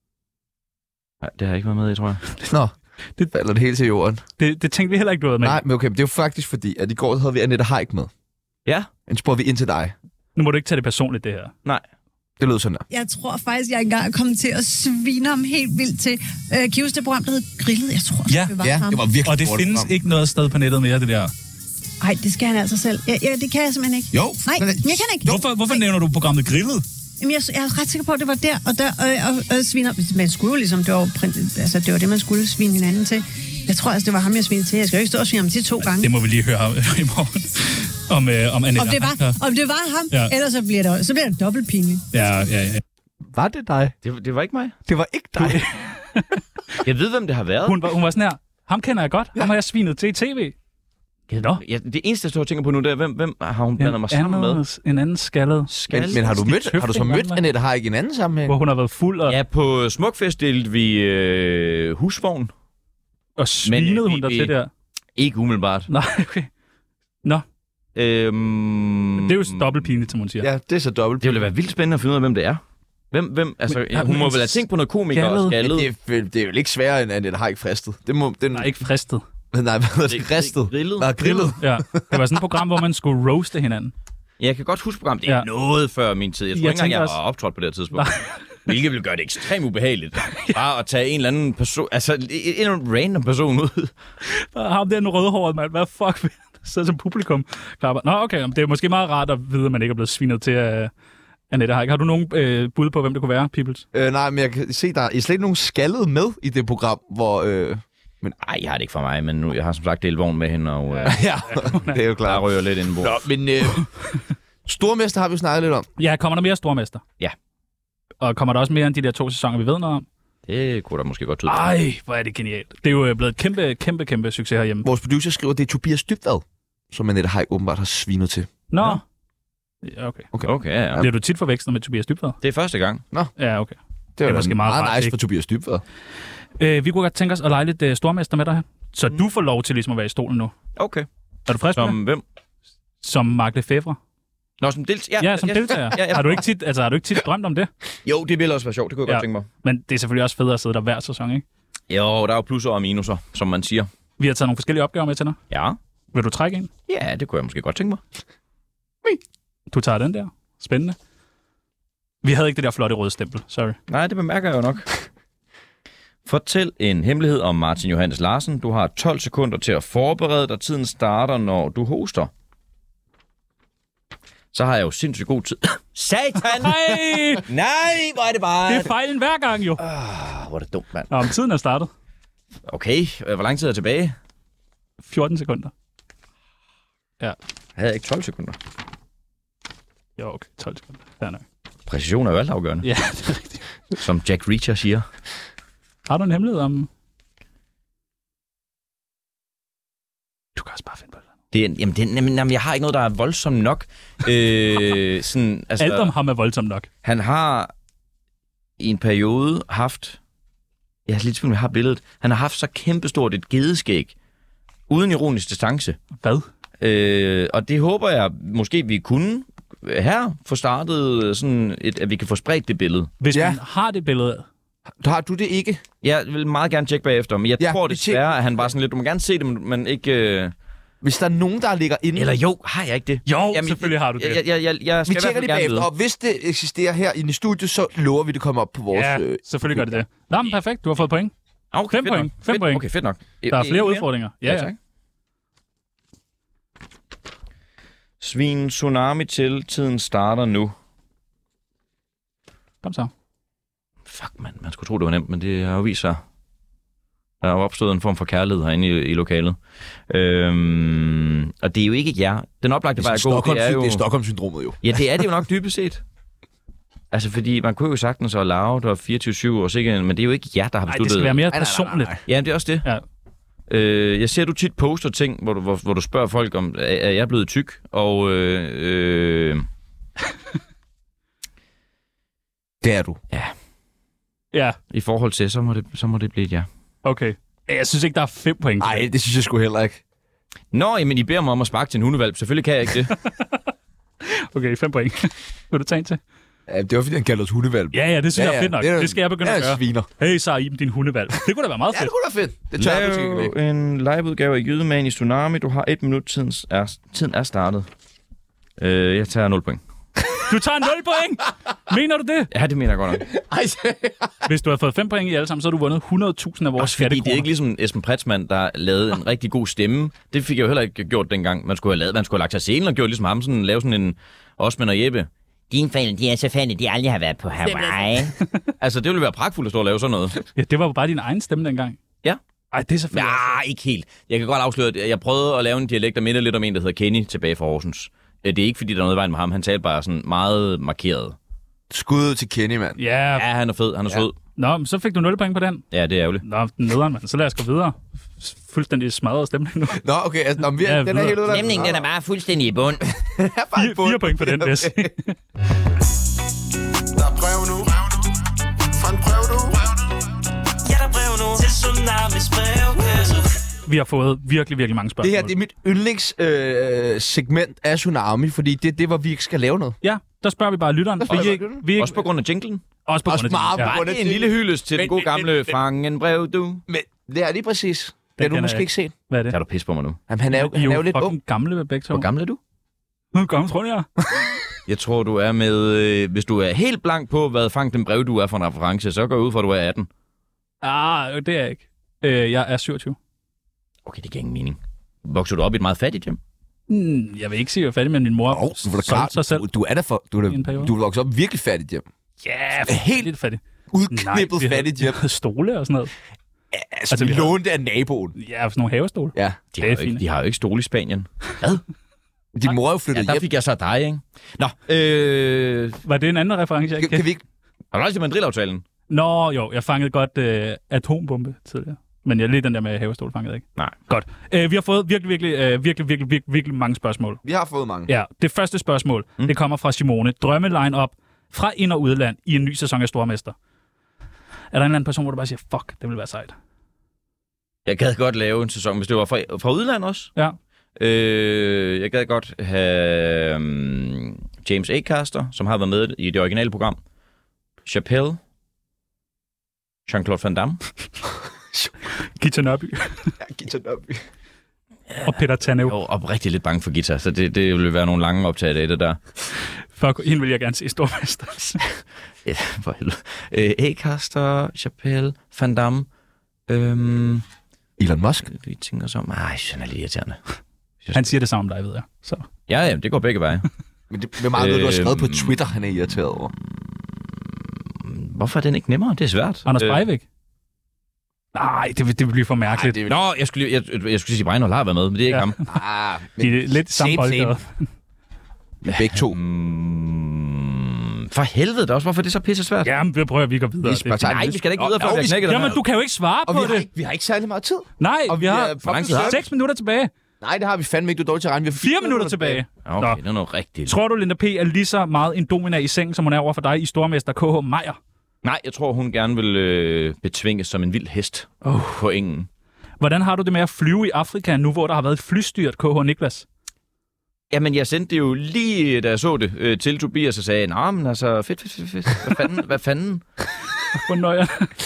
Nej, det har jeg ikke været med i, tror jeg. Nå, det falder det hele til jorden. Det tænkte vi heller ikke, du havde med. Nej, men okay, men det er jo faktisk fordi, at i går havde vi Annette Haik med. Ja. En spurgte vi ind til dig. Nu må du ikke tage det personligt, det her. Nej. Det lød sådan der. Jeg tror faktisk, jeg engang er kommet til at svine ham helt vildt til. Kan I huske det program, der hed Grillet? Jeg tror, det var ham. Det var virkelig. Og det findes program. ikke noget sted på nettet mere, det der. Nej, det skal han altså selv. Ja, det kan jeg simpelthen ikke. Jo. Nej, jeg kan ikke. Hvorfor nævner du programmet Grillet? Jamen, jeg er ret sikker på, at det var der og sviner. Man skulle jo ligesom, det var det, man skulle svine hinanden til. Jeg tror altså, det var ham, jeg svinede til. Jeg skal jo ikke stå og svine ham til 2 gange. Det må vi lige høre i morgen. Om Annette. Om det var ham, ja. Ellers så bliver det dobbeltpinligt. Ja. Var det dig? Det var ikke mig. Det var ikke dig. Jeg ved, hvem det har været. Hun var sådan her. Ham kender jeg godt. Ham har jeg svinet til i tv. Nå. Ja, det eneste, jeg står og tænker på nu, det er, hvem har hun blandet mig sammen med? En anden skaldet. Men har du så mødt Annette Haik i en anden sammenhæng? Hvor hun har været fuld og... Ja, på Smukfest delte vi husvogn. Og svinede hun der til der? Ikke umiddelbart. Nej, okay. Nå. Det er jo så dobbeltpinligt, som hun siger. Ja, det er så dobbelt. Det ville være vildt spændende at finde ud af, hvem det er. Hvem? Altså, hun må vel have tænkt på noget komiker og skaldet. Det er jo ikke sværere, end Annette Haik fristet. Nej, ikke fristet. Nej, hvad hedder det? Gristet. Grillet. Ja, det var sådan et program, hvor man skulle roaste hinanden. Jeg kan godt huske programmet. Det er noget før min tid. Jeg tror ikke engang, jeg var optrådt på det her tidspunkt. Hvilket ville gøre det ekstremt ubehageligt. Bare at tage en eller anden person, altså en eller anden random person ud. Ham der en rødhåret, mand. Hvad fuck vil så som publikum klapper? Nå, okay. Det er måske meget rart at vide, at man ikke er blevet svinet til Annette Haik. Har du nogen bud på, hvem det kunne være, Peoples? Nej, men jeg kan se, der er slet ikke nogen skaldet med i det program, hvor... Men ej, jeg har det ikke for mig, men nu, jeg har som sagt delt vogn med hende, og ja, det er jo klart. Der rører lidt indenbord. Nå, men stormester har vi jo snakket lidt om. Ja, kommer der mere stormester? Ja. Og kommer der også mere end de der 2 sæsoner, vi ved noget om? Det kunne der måske godt tyde. Ej, hvor er det genialt. Det er jo blevet et kæmpe succes herhjemme. Vores producer skriver, at det er Tobias Dybvad, som Annette Haik åbenbart har svinet til. Nå. Ja, okay. Ja. Bliver du tit forvekslet med Tobias Dybvad? Det er første gang. Nå. Ja, okay. Det er måske meget nice for Tobias Dybvad. Vi kunne godt tænke os at lege lidt stormester med dig her. Så du får lov til ligesom at være i stolen nu. Okay. Er du frisk med? Som hvem? Som Mark Lefebvre. Nå, som deltager? Ja, som deltager. Ja. Har du ikke tit drømt om det? Jo, det ville også være sjovt. Det kunne jeg godt tænke mig. Men det er selvfølgelig også federe at sidde der hver sæson, ikke? Jo, der er jo plusser og minuser, som man siger. Vi har taget nogle forskellige opgaver med til dig. Ja. Vil du trække en? Ja, det kunne jeg måske godt tænke mig. Du tager den der. Spændende. Vi havde ikke det der flotte røde stempel. Sorry. Nej, det bemærker jeg jo nok. Fortæl en hemmelighed om Martin Johannes Larsen. Du har 12 sekunder til at forberede dig. Tiden starter, når du hoster. Så har jeg jo sindssygt god tid. Satan! Nej! Nej, hvor er det bare... Det er fejlen hver gang, jo. Hvor er det dumt, mand. Nå, om tiden er startet. Okay, hvor lang tid er tilbage? 14 sekunder. Ja. Jeg havde ikke 12 sekunder. Jo, okay. 12 sekunder. Fair nok. Præcision er jo altafgørende. Ja, det er rigtigt. Som Jack Reacher siger. Har du en hemmelighed om... Du kan også bare finde på det. Jamen, jeg har ikke noget, der er voldsomt nok. Sådan, altså, Alt om ham er voldsomt nok. Han har i en periode haft... Jeg er lidt tvivl, jeg har billedet. Han har haft så kæmpestort et gedeskæg. Uden ironisk distance. Hvad? Og det håber jeg måske, vi kunne her få startet sådan at vi kan få spredt det billede. Hvis man har det billede... Har du det ikke? Jeg vil meget gerne tjekke bagefter, men jeg tror desværre, at han bare sådan lidt... Du må gerne se det, men ikke... Hvis der er nogen, der ligger inde... Eller jo, har jeg ikke det? Jo, jamen, selvfølgelig har du det. Jeg skal vi tjekker det bagefter, og hvis det eksisterer her inde i studiet, så lover vi, det kommer op på vores... Ja, selvfølgelig gør det. Nå, men perfekt. Du har fået point. Okay, 5 point. 5 point. Okay, fedt nok. Der er flere udfordringer. Ja, tak. Svin tsunami til. Tiden starter nu. Kom så. Fuck, man skulle tro, det var nemt, men det har jo vist sig. Der er jo opstået en form for kærlighed herinde i lokalet. Og det er jo ikke jer. Den oplagte vej at gå, det er jo... Det er Stockholm-syndromet jo. Ja, det er det jo nok dybest set. Altså, fordi man kunne jo sagtens at lave, der var 24/7 og sikkert, men det er jo ikke jer, der har besluttet... Nej, det skal være mere personligt. Ja, det er også det. Ja. Jeg ser, du tit poster ting, hvor du spørger folk om, er jeg blevet tyk? Og... Det er du. Ja. Ja. I forhold til, så må det blive et ja. Okay. Jeg synes ikke, der er 5 point. Nej, det synes jeg sgu heller ikke. Nå, jamen I beder mig om at sparke til en hundevalp. Selvfølgelig kan jeg ikke det. Okay, 5 point. Vil du tage en til? Ja, det var fordi, han kaldte os hundevalp. Ja, det synes jeg er fedt nok. Det skal jeg begynde at gøre. Sviner. Hey, Saib, din hundevalp. Det kunne da være meget fedt. Ja, det kunne da fedt. Det tør jeg måske ikke. En liveudgave af Jydeman i Tsunami. Du har 1 minut. Tiden er startet. Jeg tager 0 point. Du tager 0 point? Mener du det? Ja, det mener jeg godt nok. Hvis du har fået 5 point i alle sammen, så har du vundet 100.000 af vores skattekroner. Det er ikke ligesom Esben Pretzmann, der lavede en rigtig god stemme. Det fik jeg jo heller ikke gjort dengang. Man skulle have lagt sig scenen og gjort ligesom ham, sådan, lave sådan en Osman og Jeppe. Dine forældre, de er så fanden, de aldrig har været på Hawaii. Altså, det ville være pragtfuldt at stå og lave sådan noget. Ja, det var jo bare din egen stemme dengang. Ja. Ej, det er selvfølgelig... Ja, ikke helt. Jeg kan godt afsløre, at jeg prøvede at lave en dialekt, der minder lidt om en, der hedder Kenny tilbage fra Horsens. Det er ikke, fordi der er noget i vejen med ham. Han talte bare sådan meget markeret. Skud til Kenny, mand. Ja, han er fed. Han er sød. Nå, så fik du 0 point på den. Ja, det er ærgerligt. Nå, nederen, mand. Så lad os gå videre. Fuldstændig smadret stemning nu. Nå, okay. Altså, den er helt ud af... Stemningen, den er bare fuldstændig i bund. 4 point på den, vil jeg sige. Der er brev nu. Fra en brev nu. Ja, der er brev nu til Tsunamis brevkasse. Vi har fået virkelig, virkelig mange spørgsmål. Det her, det er mit yndlingssegment af Tsunami, fordi det er det, hvor vi ikke skal lave noget. Ja, der spørger vi bare lytteren. Også på grund af jinglen? Også på grund af jinglen. Ja. Var det en lille hyldest til den gode gamle Fang en brev, du? Men det er lige præcis. Det har du måske ikke set. Hvad er det? Kan du pisse på mig nu? Jamen, han er jo lidt ung. Gamle ved begge to. Hvor gammel er du? Hvor gammel tror jeg? Jeg tror, du er med... hvis du er helt blank på, hvad Fang den brev, du er for en reference, så går jeg ud for, at du er 18. Det er jeg ikke. Jeg er 27. Okay, det giver ingen mening. Vokser du op i et meget fattigt hjem? Jeg vil ikke sige, at jeg er fattig, men min mor solgte sig selv. Du er vokset op virkelig fattigt hjem. Ja, helt lidt fattig. Udknippet fattigt hjem. Stole og sådan noget. Ja, altså vi lånte af naboen. Ja, sådan nogle havestole. Ja. De har jo ikke stole i Spanien. Hvad? Din mor er jo flyttet hjem. Der fik jeg så dig, ikke? Nå, var det en anden reference, jeg ikke kan vi ikke... Har du altid Madrid-aftalen? Nå, jo, jeg fangede godt atombombe tidligere. Men jeg lige den der med havestol fangede ikke. Nej. Godt. Vi har fået virkelig mange spørgsmål. Vi har fået mange. Ja, det første spørgsmål, det kommer fra Simone. Drømme line-up fra ind- og udland i en ny sæson af Stormester. Er der en eller anden person, hvor du bare siger, fuck, det vil være sejt? Jeg gad godt lave en sæson, hvis det var fra udland også. Ja. Jeg gad godt have James Acaster, som har været med i det originale program. Chappelle. Jean-Claude Van Damme. Gita Nørby. Ja, Gita Nørby. Og Peter Tanev. Jeg er oprigtigt lidt bange for guitar, så det vil være nogle lange optagelser af det der. Hende vil jeg gerne se stormester. Ja, for helvede. Acaster, Chappelle, Van Damme. Elon Musk. Vi tænker så om, han er lidt irriterende. Han siger det samme om dig, ved jeg. Så. Ja, det går begge veje. Men det er meget noget, du har skrevet på Twitter, han er irriteret over. Hvorfor er den ikke nemmere? Det er svært. Anders Breivik? Nej, det vil blive for mærkeligt. Nå, jeg skulle sige, at Breinholt har været med, men det er ikke ham. De er lidt samme boldgade. Men begge to. For helvede da også. Hvorfor er det så pisse svært? Jamen, vi prøver, at vi går videre. Nej, vi skal da ikke videre, før vi har knækket den her. Jamen, du kan jo ikke svare på det. Vi har ikke særlig meget tid. Nej, og vi har 6 minutter tilbage. Nej, det har vi fandme ikke. Du er dårlig til at regne. Vi har 4 minutter tilbage. Okay, det er noget rigtigt. Tror du, Linda P. er lige så meget en domina i sengen, som hun er over for dig i Stormester KH Meier? Nej, jeg tror, hun gerne vil betvinges som en vild hest på engen. Hvordan har du det med at flyve i Afrika, nu hvor der har været et flystyrt KH Niklas? Jamen, jeg sendte det jo lige, da jeg så det, til Tobias og sagde, nej, men altså, fedt. Hvad fanden? Hvor nøjer.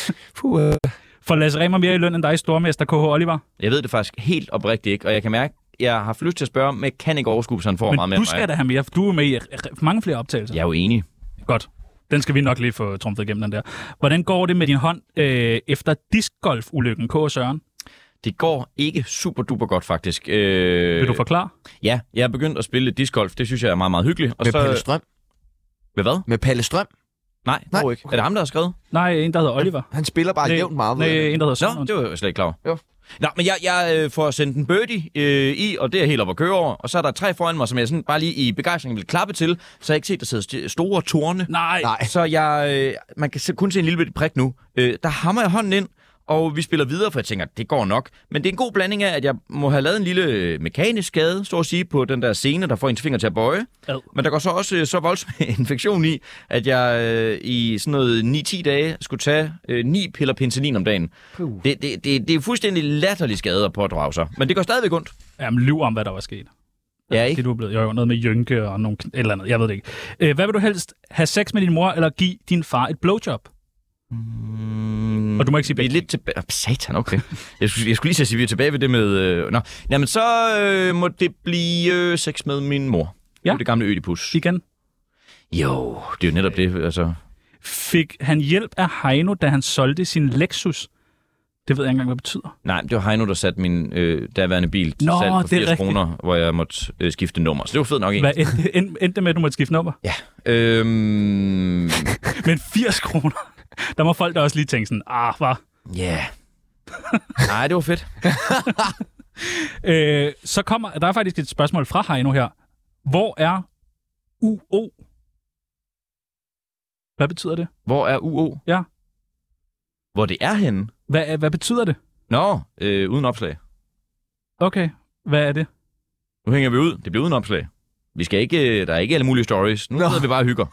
For Lasse Remmer mere i løn end dig i Stormester KH Oliver? Jeg ved det faktisk helt oprigtigt ikke, og jeg kan mærke, jeg har haft lyst til at spørge, men jeg kan ikke overskue, så han får meget mere. Men du skal da have mere, for du er med i mange flere optagelser. Jeg er jo enig. Godt. Den skal vi nok lige få trumfet igennem, den der. Hvordan går det med din hånd efter discgolf-ulykken, K. Søren? Det går ikke super duper godt, faktisk. Vil du forklare? Ja, jeg er begyndt at spille discgolf. Det synes jeg er meget, meget hyggeligt. Og med Palle Strøm? Med hvad? Med Palle Strøm? Nej, ikke. Okay. Er det ham, der har skrevet? Nej, en, der hedder Oliver. Han spiller bare jævnt meget. Nej, en, der hedder Søren. Nå, det var jeg slet ikke klar over. Jo. Nå, men jeg får sendt en birdie i, og det er helt op at køre over. Og så er der 3 foran mig, som jeg sådan bare lige i begejstring vil klappe til. Så jeg ikke set, der sidder store torne. Nej. Så man kan kun se en lille prik nu. Der hammer jeg hånden ind, og vi spiller videre, for jeg tænker, det går nok. Men det er en god blanding af, at jeg må have lavet en lille mekanisk skade, så at sige, på den der scene, der får ens finger til at bøje. Men der går så også så voldsom infektion i, at jeg i sådan noget 9-10 dage skulle tage 9 piller penicillin om dagen. Det er fuldstændig latterlig skade at pådrage sig. Men det går stadigvæk ondt. Jamen, lyv om, hvad der var sket. Ja, ikke? Det, du er blevet. Jo, noget med jynke og et eller andet. Jeg ved det ikke. Hvad vil du helst? Have sex med din mor, eller give din far et blowjob? Og du må ikke sige begge. Lidt tilbage. Satan, okay. jeg skulle lige sige, at vi er tilbage ved det med... Jamen, så må det blive sex med min mor. Ja. Det gamle Ødipus. Igen? Jo, det er jo netop det, altså. Fik han hjælp af Heino, da han solgte sin Lexus? Det ved jeg ikke engang, hvad det betyder. Nej, det var Heino, der satte min daværende bil til salg for 80 kroner, hvor jeg måtte skifte nummer. Så det var fedt nok egentlig. Hvad endte med, at du måtte skifte nummer? Ja. Men 80 kroner? Der må folk da også lige tænke sådan, hvad? Ja. Yeah. Nej, det var fedt. Så kommer, der er faktisk et spørgsmål fra Heino her. Hvor er UO? Hvad betyder det? Hvor er UO? Ja. Hvor det er henne? Hvad betyder det? Nå, uden opslag. Okay, hvad er det? Nu hænger vi ud. Det bliver uden opslag. Vi skal ikke, der er ikke alle mulige stories. Nu sidder vi bare og hygger.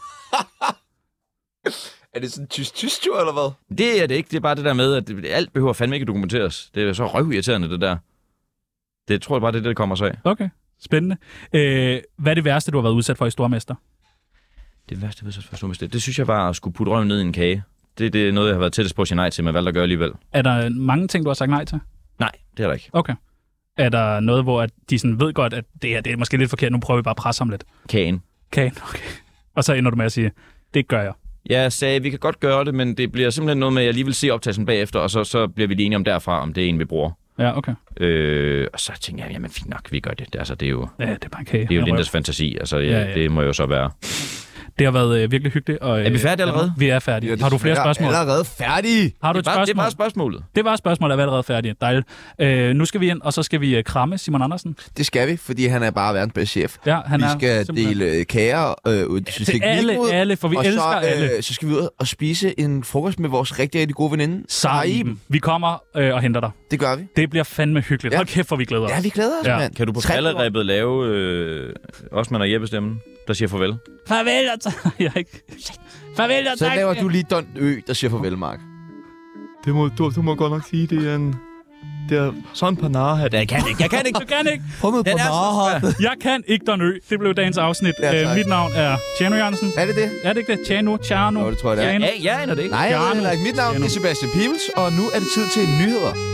Er det sådan en tysk-tur, eller hvad? Det er det ikke. Det er bare det der med, at alt behøver fandme ikke dokumenteres. Det er så røvirriterende, det der. Det tror jeg bare, det er det, der kommer sig af. Okay, spændende. Hvad er det værste, du har været udsat for i Stormester? Det værste, jeg har været udsat for i Stormester? Det synes jeg bare at skulle putte røven ned i en kage. Det er noget, jeg har været tættest på at sige nej til, men valgte at gøre alligevel. Er der mange ting, du har sagt nej til? Nej, det er der ikke. Okay. Er der noget, hvor de sådan ved godt, at det er måske lidt forkert, nu prøver vi bare at presse ham lidt? Kagen, okay. Og så ender du med at sige, det gør jeg. Jeg sagde, vi kan godt gøre det, men det bliver simpelthen noget med, at jeg lige vil se optagelsen bagefter, og så bliver vi lige enige om derfra, om det er en, vi bruger. Ja, okay. Og så tænker jeg, jamen fint nok, vi gør det. Altså, det er jo, ja, det er bare en kage. Det er jo Lindas fantasi, altså det må jo så være. Det har været virkelig hyggeligt. Og, er vi færdige allerede? Vi er færdige. Ja, har du flere spørgsmål? Vi er allerede færdige. Har du et spørgsmål? Det var spørgsmålet. Det var spørgsmålet, er vi allerede færdige. Dejligt. Nu skal vi ind, og så skal vi kramme Simon Andersen. Det skal vi, fordi han er bare verdens bedste chef. Ja, vi skal dele kager ud til alle, for vi elsker alle. Så skal vi ud og spise en frokost med vores rigtig, rigtig gode veninde. Saim. Vi kommer og henter dig. Det gør vi. Det bliver fandme hyggeligt. Hold kæft, for vi glæder os. Ja, vi glæder os, mand. Kan du på falderæbet lave Osman og Jeppe stemmen, der siger farvel? Farvel og tak. Jeg ikke. Farvel og tak. Så laver du lige Don Ø, der siger farvel, Mark. Det må, du må godt nok sige, det er en... Det er sådan på narhat. Jeg kan ikke. Du kan ikke. Prøv med på narhat. Jeg kan ikke Don Ø. Det blev dagens afsnit. Ja, mit navn er Tjerno Jørgensen. Er det det? Er det ikke det? Tjerno. Nå, det tror jeg, det er. Ja, det er det ikke. Nej, det er ikke. Mit navn er Sebastian Pibels, og nu er det tid til nyheder.